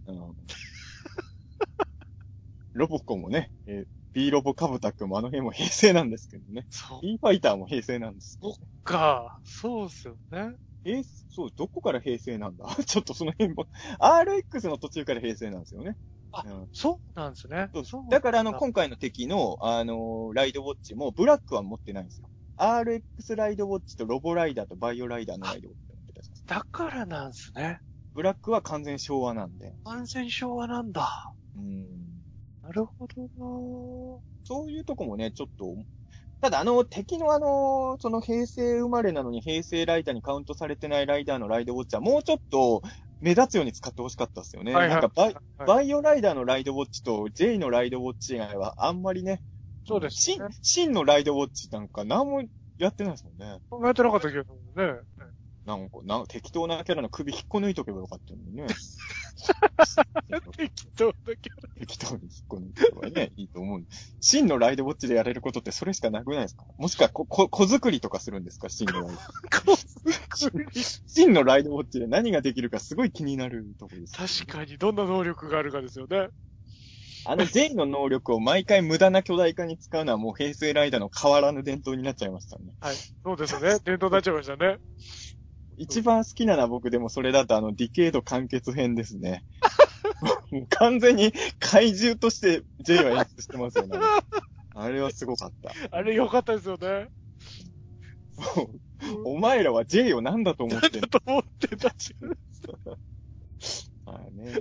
ロボコンもね、B ロボカブタ君もあの辺も平成なんですけどね。 そう。 B ファイターも平成なんですけそっどね。 か。そうっすよね。 そう、どこから平成なんだちょっとその辺も、RX の途中から平成なんですよね。 あ、 うん、 そうなんですね。 そうそうだからなんだ。 今回の敵の、ライドウォッチも、ブラックは持ってないんですよ。RX ライドウォッチとロボライダーとバイオライダーのライドウォッチを持ってたじゃないですか。 だからなんですね。 ブラックは完全昭和なんで。 完全昭和なんだ。 うん。 なるほどな。 そういうとこもね、ちょっと、ただ敵のその平成生まれなのに平成ライダーにカウントされてないライダーのライドウォッチはもうちょっと目立つように使ってほしかったですよね。 はいはい。 なんかはいバイオライダーのライドウォッチと J のライドウォッチ以外はあんまりね、 そうですね。 シンのライドウォッチなんか何もやってないですもんね。 考えてなかったけどね。 適当なキャラの首引っこ抜いとけばよかったのにね。 適当だけど。 適当に引っこ抜いとけばね、いいと思う。シンのライドウォッチでやれることってそれしかなくないですか？もしくは子作りとかするんですか？シンのライド。シンのライドウォッチで何ができるかすごい気になるところです、 確かに、どんな能力があるかですよね。 J の能力を毎回無駄な巨大化に使うのはもう平成ライダーの変わらぬ伝統になっちゃいましたね。 はい。そうですね。伝統になっちゃいましたね。 一番好きなのは僕でもそれだとディケード完結編ですね。もう完全に怪獣として J は演出してますよね。あれはすごかった。 あれ良かったですよね。 お前らは J を何だと思ってんのと思ってたし。 はいね。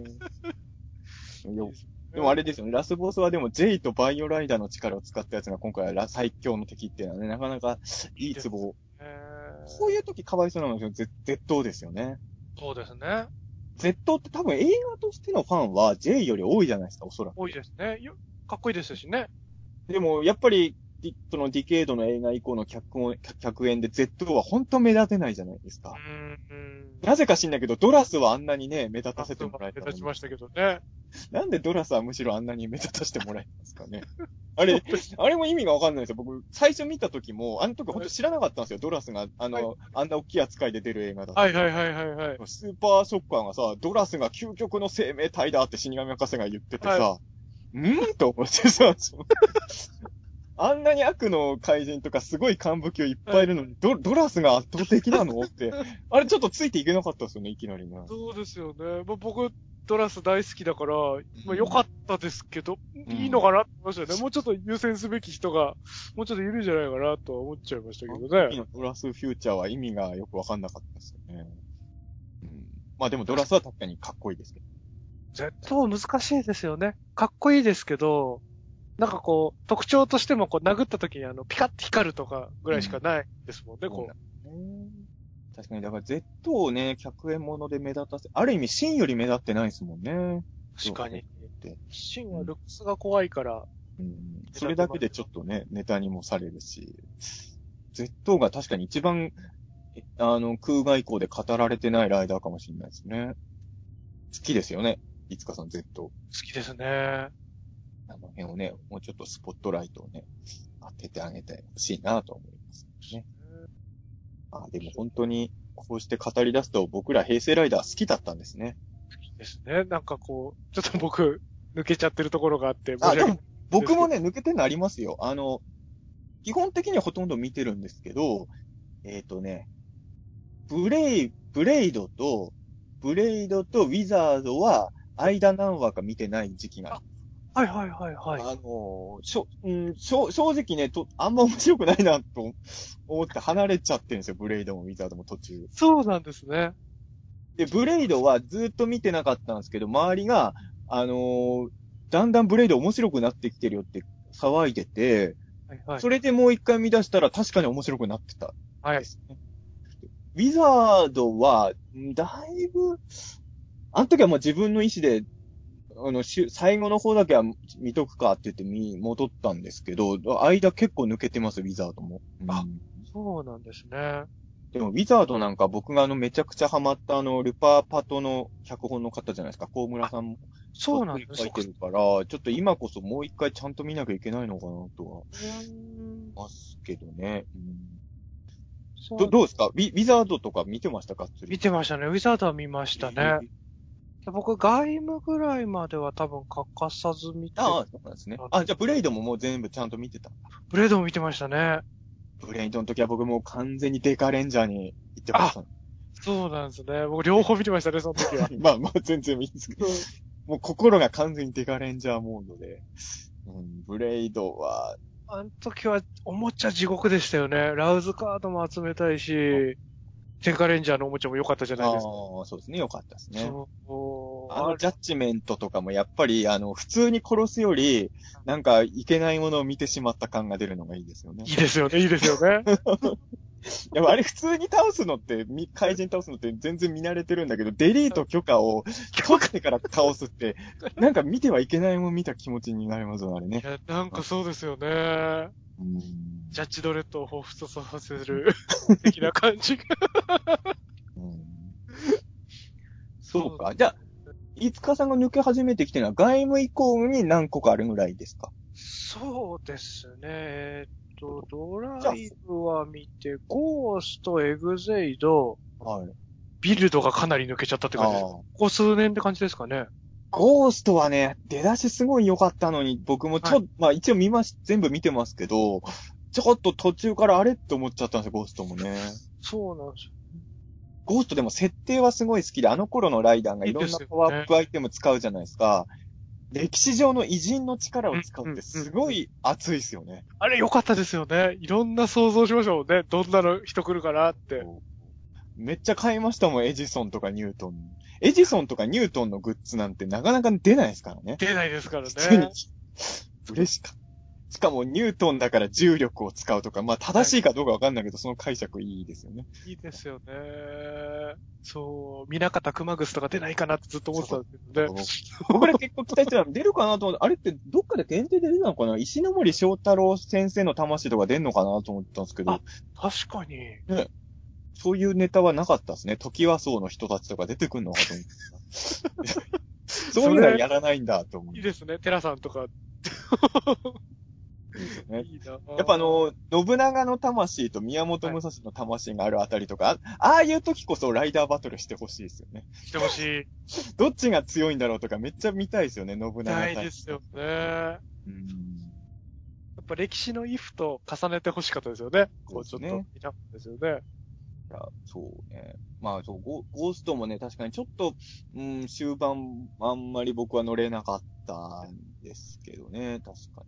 でもあれですよね。ラスボスはでも J とバイオライダーの力を使ったやつが今回は最強の敵っていうのはね、なかなかいいツボ。こういう時かわいそうなのですよ。Z ですよね。 そうですね。 Z って多分映画としてのファンは J より多いじゃないですか、おそらく。 多いですね。かっこいいですしね。 でも、やっぱり、そのディケードの映画以降の客演で Z は本当目立てないじゃないですか。なぜか知んないけど、ドラスはあんなにね、目立たせてもらえたのに。 目立ちましたけどね。 なんでドラスはむしろあんなに目立たせてもらえたんですかね。あれも意味がわかんないですよ。僕、最初見た時も、あの時本当知らなかったんですよ。ドラスが、あんな大きい扱いで出る映画だと。 はいはいはいはい。 スーパーショッカーがさ、ドラスが究極の生命体だって死神博士が言っててさ、と思ってさ、あんなに悪の怪人とかすごい幹部機いっぱいいるのに、ドラスが圧倒的なのって、あれちょっとついていけなかったですよね、いきなりね。 そうですよね。僕、ドラス大好きだから、良かったですけど、いいのかなって思いましたよね。もうちょっと優先すべき人が、もうちょっといるんじゃないかなとは思っちゃいましたけどね。 さっきのドラスフューチャーは意味がよくわかんなかったですよね。まあでもドラスは確かにかっこいいですけど。 Z 難しいですよね。かっこいいですけど、なんかこう、特徴としてもこう殴った時にピカッて光るとかぐらいしかないですもんね、 そうこなんね。確かに、だから Z をね、100円物で目立たせ、ある意味芯より目立ってないですもんね。 う。確かに。 って。 シンはルックスが怖いから、 うん。 目立それだけでってますちょっとね、ネタにもされるし。Z が確かに一番、空外交で語られてないライダーかもしれないですね。好きですよね。いつかさん Z。 好きですね。 あの辺をね、もうちょっとスポットライトをね、当ててあげてほしいなと思いますね。でも本当に、こうして語り出すと僕ら平成ライダー好きだったんですね。 好きですね。なんかこう、ちょっと僕、抜けちゃってるところがあって、申しでも訳ないですけど。 僕もね、抜けてるのありますよ。基本的にはほとんど見てるんですけど、ね、ブレイドとウィザードは、間何話か見てない時期がああ、 ります。 はいはいはいはい。 正直ね、あんま面白くないなと思って離れちゃってるんですよ、ブレイドもウィザードも途中。 そうなんですね。 で、ブレイドはずっと見てなかったんですけど、周りが、あのーだんだんブレイド面白くなってきてるよって騒いでて、 はいはい。 それでもう一回見出したら確かに面白くなってたはい。 ですね。ウィザードは、だいぶ、あの時はもう自分の意思で、最後の方だけは見とくかって言って戻ったんですけど、間結構抜けてます、ウィザードも。うあ、 ん。 そうなんですね。 でも、ウィザードなんか僕がめちゃくちゃハマったルパーパトの脚本の方じゃないですか。高村さんもがっそうなんです。 つり書いてるから、ちょっと今こそもう一回ちゃんと見なきゃいけないのかなとはうーん。 ますけどね。うん、 そう、 どうですかウィザードとか見てましたかっつり。 見てましたね。ウィザードは見ましたね。 ー僕、外務ぐらいまでは多分欠かさず見てああ、そうなんですね。 た。 じゃあブレイドももう全部ちゃんと見てた。 ブレードも見てましたね。 ブレイドの時は僕もう完全にデカレンジャーに行ってましあ、 たね。 そうなんですね。僕、両方見てましたね、その時は。 まあまあ全然いいんですけど。 うん。 もう心が完全にデカレンジャーモードで。うん、ブレイドは、 あの時は、おもちゃ地獄でしたよね。ラウズカードも集めたいし、テンカレンジャーのおもちゃも良かったじゃないですか。 そうですね。よかったですね。 そう、あれ、 ジャッジメントとかもやっぱり、普通に殺すより、なんか、いけないものを見てしまった感が出るのがいいですよね。 いいですよね、いいですよね。 やっぱあれ普通に倒すのって、怪人倒すのって全然見慣れてるんだけど、デリート許可を取ってから倒すって、なんか見てはいけないもん見た気持ちになりますよね、あれね。 いや、なんかそうですよね。 うん。 ジャッジドレッドを彷彿とさせる的な感じが。 うん。そそう、 うか。じゃあ、いつかさんが抜け始めてきてるのは、外務以降に何個かあるぐらいですか？ そうですね。ドじゃライブは見て、ゴースト、エグゼイド、 あ、はい。 ビルドがかなり抜けちゃったって感じです。こああ。 こ数年って感じですかね。 ゴーストはね、出だしすごい良かったのに、僕もはい。 まあ一応全部見てますけど、ちょっと途中からあれって思っちゃったんですよ、ゴーストもね。 そうなんですよ。 ゴーストでも設定はすごい好きで、あの頃のライダーがいろんないいですよね。 パワーアップアイテム使うじゃないですか。歴史上の偉人の力をうん、 使うってうん、うん、うん。 すごい熱いですよね。 あれ良かったですよね。いろんな想像しましたもんね。どんなの人来るかなって。 めっちゃ買いましたもん、エジソンとかニュートン。エジソンとかニュートンのグッズなんてなかなか出ないですからね。 出ないですから普通にね。 嬉しかった。しかもニュートンだから重力を使うとか、まあはい。 正しいかどうかわかんないけど、その解釈いいですよね。 いいですよね。そう、南方熊楠とか出ないかなってずっと思ってたんそう。 ですけどね。 だから僕ら結構期待してたの出るかなと思って、あれってどっかで限定で出たのかな石ノ森章太郎先生の魂とか出んのかなと思ったんですけあ、 ど、 確かに。 ね、そういうネタはなかったですね。トキワ荘の人たちとか出てくるのかと思ってた。そういうのはそれ、 やらないんだと思う。 いいですね。テラさんとか。 いいですよね。 いいなやっぱぁ。 信長の魂と宮本はい。 武蔵の魂があるあたりとか、ああいう時こそライダーバトルしてほしいですよね。 してほしい。 どっちが強いんだろうとかめっちゃ見たいですよね、信長大対。 ですよね。やうん。 っぱ歴史のイフと重ねてほしかったですよね。 そうこうちょっとですね。 見たかったですよね。 いや、そうね。まあ、ゴーストもね、確かにちょっと、終盤、あんまり僕は乗れなかったんですけどね、確かに。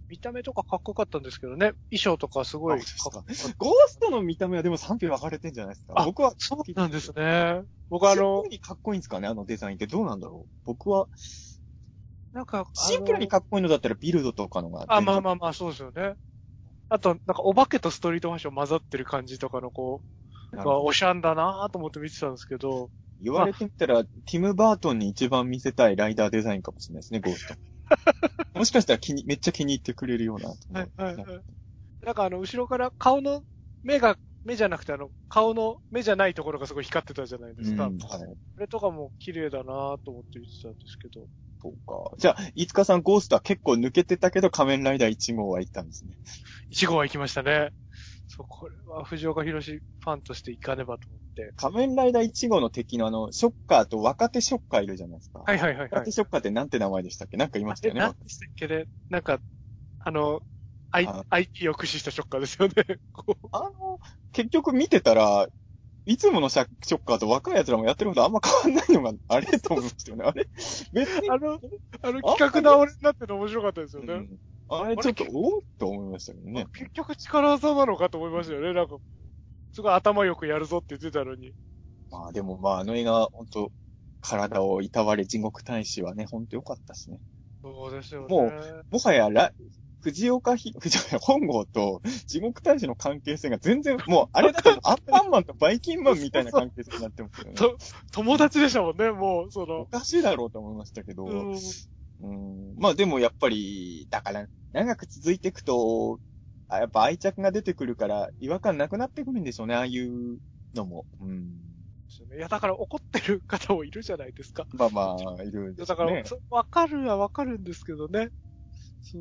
見た目とかかっこよかったんですけどね。衣装とかすごいかっこよかった。 ゴーストの見た目はでも賛否分かれてんじゃないですか。僕はそうなんですね。僕シンプルにかっこいいんですかね、あのデザインってどうなんだろう。僕は、 なんか、 シンプルにかっこいいのだったらビルドとかのが。 まあ、そうですよね。あと、なんか、お化けとストリートファッション混ざってる感じとかの、おしゃんだなぁと思って見てたんですけど。 言われてみたら、ティム・バートンに一番見せたいライダーデザインかもしれないですね、ゴースト。もしかしたらめっちゃ気に入ってくれるような。 はい。なんか後ろから顔の目じゃなくて顔の目じゃないところがすごい光ってたじゃないですか。 はい。 それとかも綺麗だなぁと思って見てたんですけど。 そうか。じゃあ、飯塚さん、ゴーストは結構抜けてたけど、仮面ライダー1号は行ったんですね。 1号は行きましたね。そう、これは藤岡弘ファンとして行かねばと思って。 仮面ライダー1号の敵のショッカーと若手ショッカーいるじゃないですか。 はい。 若手ショッカーってなんて名前でしたっけ？なんか言いましたよね。 何でしたっけね。なんか、IT を駆使したショッカーですよね。 結局見てたら、いつものショッカーと若い奴らもやってることあんま変わんないのが、あれと思いましたよね。あれ別に。 企画倒れになってるの面白かったですよね。 あれちょっと、おーっと思いましたけどね。 結局力技なのかと思いましたよね。なんか、すごい頭よくやるぞって言ってたのに。 まあでもあの映画、本当体をいたわれ地獄大使はね、本当良かったですね。 そうですよね。 もはや藤岡本郷と地獄大使の関係性が全然、もうあれだとアンパンマンとバイキンマンみたいな関係性になってますよね。 友達でしたもんね、もう、 おかしいだろうと思いましたけど、まあでもやっぱり、だから長く続いていくと、やっぱ愛着が出てくるから違和感なくなってくるんでしょうね、ああいうのも。 いや、だから怒ってる方もいるじゃないですか。 まあ、いるんですね。 だから、わかるんですけどね。そう、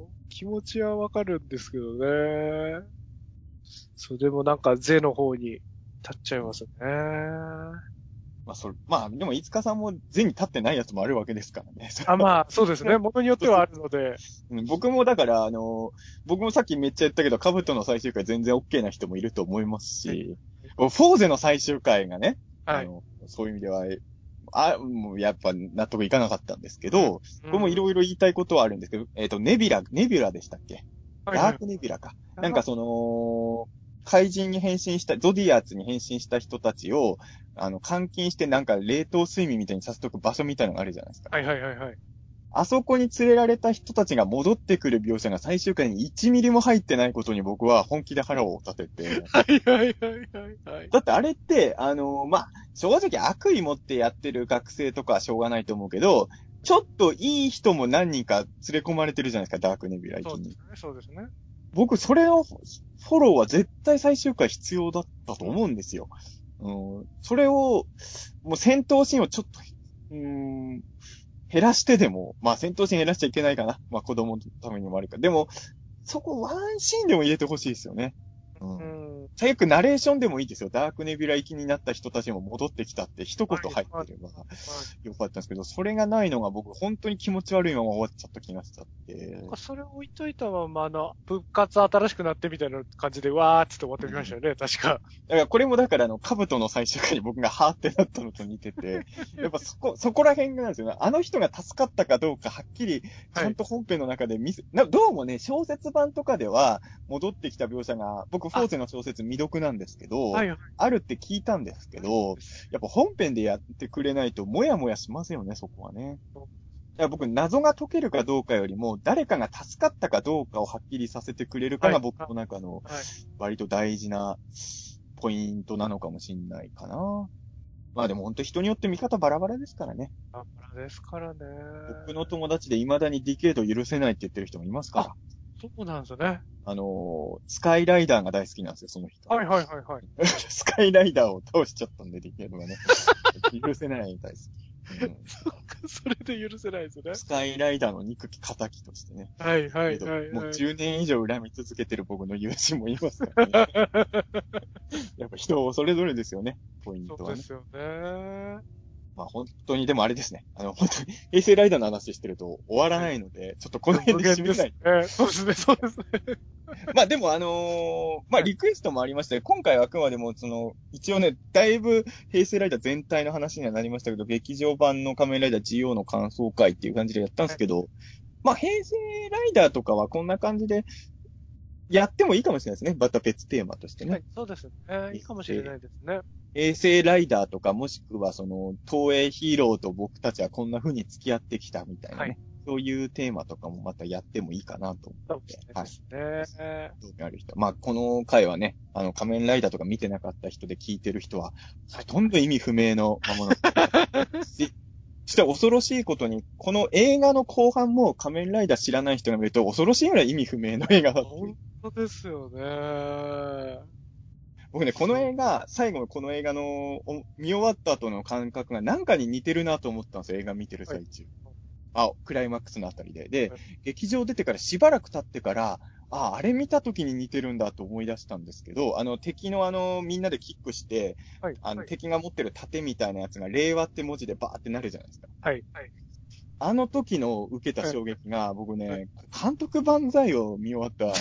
気持ちはわかるんですけどね。そう、でもなんか、ゼの方に立っちゃいますね。 でも、飯塚さんもゼに立ってないやつもあるわけですからね。 まあ、そうですね。元によってはあるので。 僕もだから、僕もさっきめっちゃ言ったけど、カブトの最終回全然 OK な人もいると思いますし、フォーゼの最終回がね、そういう意味では、もうやっぱ納得いかなかったんですけど、僕もいろいろ言いたいことはあるんですけど、ネビュラでしたっけ？ダークネビュラか。なんか怪人に変身した、ゾディアーツに変身した人たちを、監禁してなんか冷凍睡眠みたいにさせとく場所みたいなのがあるじゃないですか。 はい。 あそこに連れられた人たちが戻ってくる描写が最終回に1ミリも入ってないことに僕は本気で腹を立てて。 はい。 だってあれって、正直悪意持ってやってる学生とかはしょうがないと思うけど、ちょっといい人も何人か連れ込まれてるじゃないですか、ダークネビュラ一に。 そうですね。 僕、それのフォローは絶対最終回必要だったと思うんですよ。それを、もう戦闘シーンをちょっと、減らしてでも、戦闘シーン減らしちゃいけないかな。子供のためにもあるか。でも、そこワンシーンでも入れてほしいですよね。最悪ナレーションでもいいですよ。ダークネビュラ行きになった人たちも戻ってきたって一言入ってればよかったんですけど、それがないのが僕本当に気持ち悪いまま終わっちゃった気がしちゃって。 それを置いといたまま、復活新しくなってみたいな感じで、わーって終わってきましたよね、確か。 だからこれもだからカブトの最終回に僕がハーってなったのと似てて、やっぱそこら辺がなんですよね。あの人が助かったかどうかはっきり、ちゃんと本編の中でどうもね、小説版とかでは戻ってきた描写が、僕フォーゼの小説未読なんですけど、あるって聞いたんですけど、やっぱ本編でやってくれないともやもやしますよね、そこはね。僕、謎が解けるかどうかよりも、誰かが助かったかどうかをはっきりさせてくれるかが僕の中の、割と大事なポイントなのかもしんないかな。でも本当人によって見方バラバラですからね。 バラですからね。 僕の友達で未だにディケード許せないって言ってる人もいますから。 そうなんですよね。 スカイライダーが大好きなんですよ、その人。 はい。 スカイライダーを倒しちゃったんで、ディケードがね。許せないみたいです。 それで許せないですね。 スカイライダーの憎き仇としてね。 はい。もう 10年以上恨み続けてる僕の友人もいますからね。やっぱ人それぞれですよね、ポイントはね。 そうですよね。 本当にでもあれですね。本当に平成ライダーの話してると終わらないので、ちょっとこの辺で締めない。 そうですね。 でもリクエストもありましたけど、今回はあくまでも一応ね、だいぶ平成ライダー全体の話にはなりましたけど、劇場版の仮面ライダー GO の感想会っていう感じでやったんですけど、 まあ、平成ライダーとかはこんな感じで、やってもいいかもしれないですね。また別テーマとしてね。 はい、そうですね。いいかもしれないですね。 平成ライダーとか、もしくはその、東映ヒーローと僕たちはこんな風に付き合ってきたみたいなね。 はい。 そういうテーマとかもまたやってもいいかなと思って。はい。 ですね。 興味ある人。まあ、この回はね、仮面ライダーとか見てなかった人で聞いてる人は、ほとんど意味不明のままの。そして恐ろしいことに、この映画の後半も仮面ライダー知らない人が見ると恐ろしいぐらい意味不明の映画だっていう。 本当ですよね。 僕ね、この映画、最後のこの映画の見終わった後の感覚がなんかに似てるなと思ったんですよ、映画見てる最中。クライマックスのあたりで。で、劇場出てからしばらく経ってから、あれ見た時に似てるんだと思い出したんですけど、敵のみんなでキックして、 はい。 敵が持ってる盾みたいなやつが、令和って文字でバーってなるじゃないですか。 はい。 あの時の受けた衝撃が、僕はいね、監督万歳を見終わった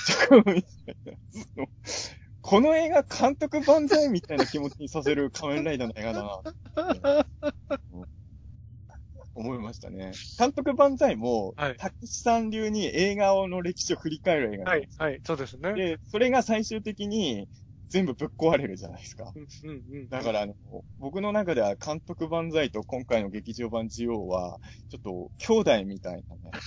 この映画、監督万歳みたいな気持ちにさせる仮面ライダーの映画だな、うん思いましたね。監督万歳も、 はい。 たけしさん流に映画の歴史を振り返る映画じゃはい。 ないですか。 はい。そうですね。 で、それが最終的に全部ぶっ壊れるじゃないですか。 うん、うん、うん。 だから僕の中では監督万歳と今回の劇場版ジオウは、ちょっと兄弟みたいなね。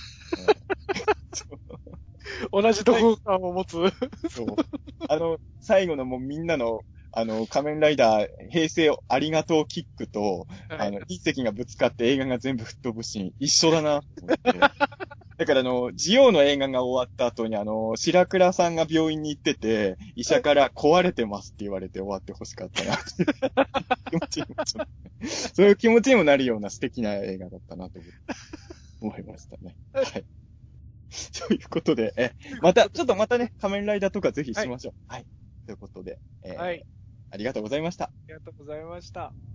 同じどこ感を持つ。 そう。最後のもうみんなの、仮面ライダー、平成ありがとうキックと、 はい。 隕石がぶつかって映画が全部吹っ飛ぶシーン、一緒だなと思って。だからジオウの映画が終わった後に白倉さんが病院に行ってて、医者から壊れてますって言われて終わって欲しかったな。気持ちにもちょっとそういう気持ちにもなるような素敵な映画だったなと思いましたね。はい。ということで、ちょっとまたね、仮面ライダーとかぜひしましょう。はい。ということで、 はい。 ありがとうございました。 ありがとうございました。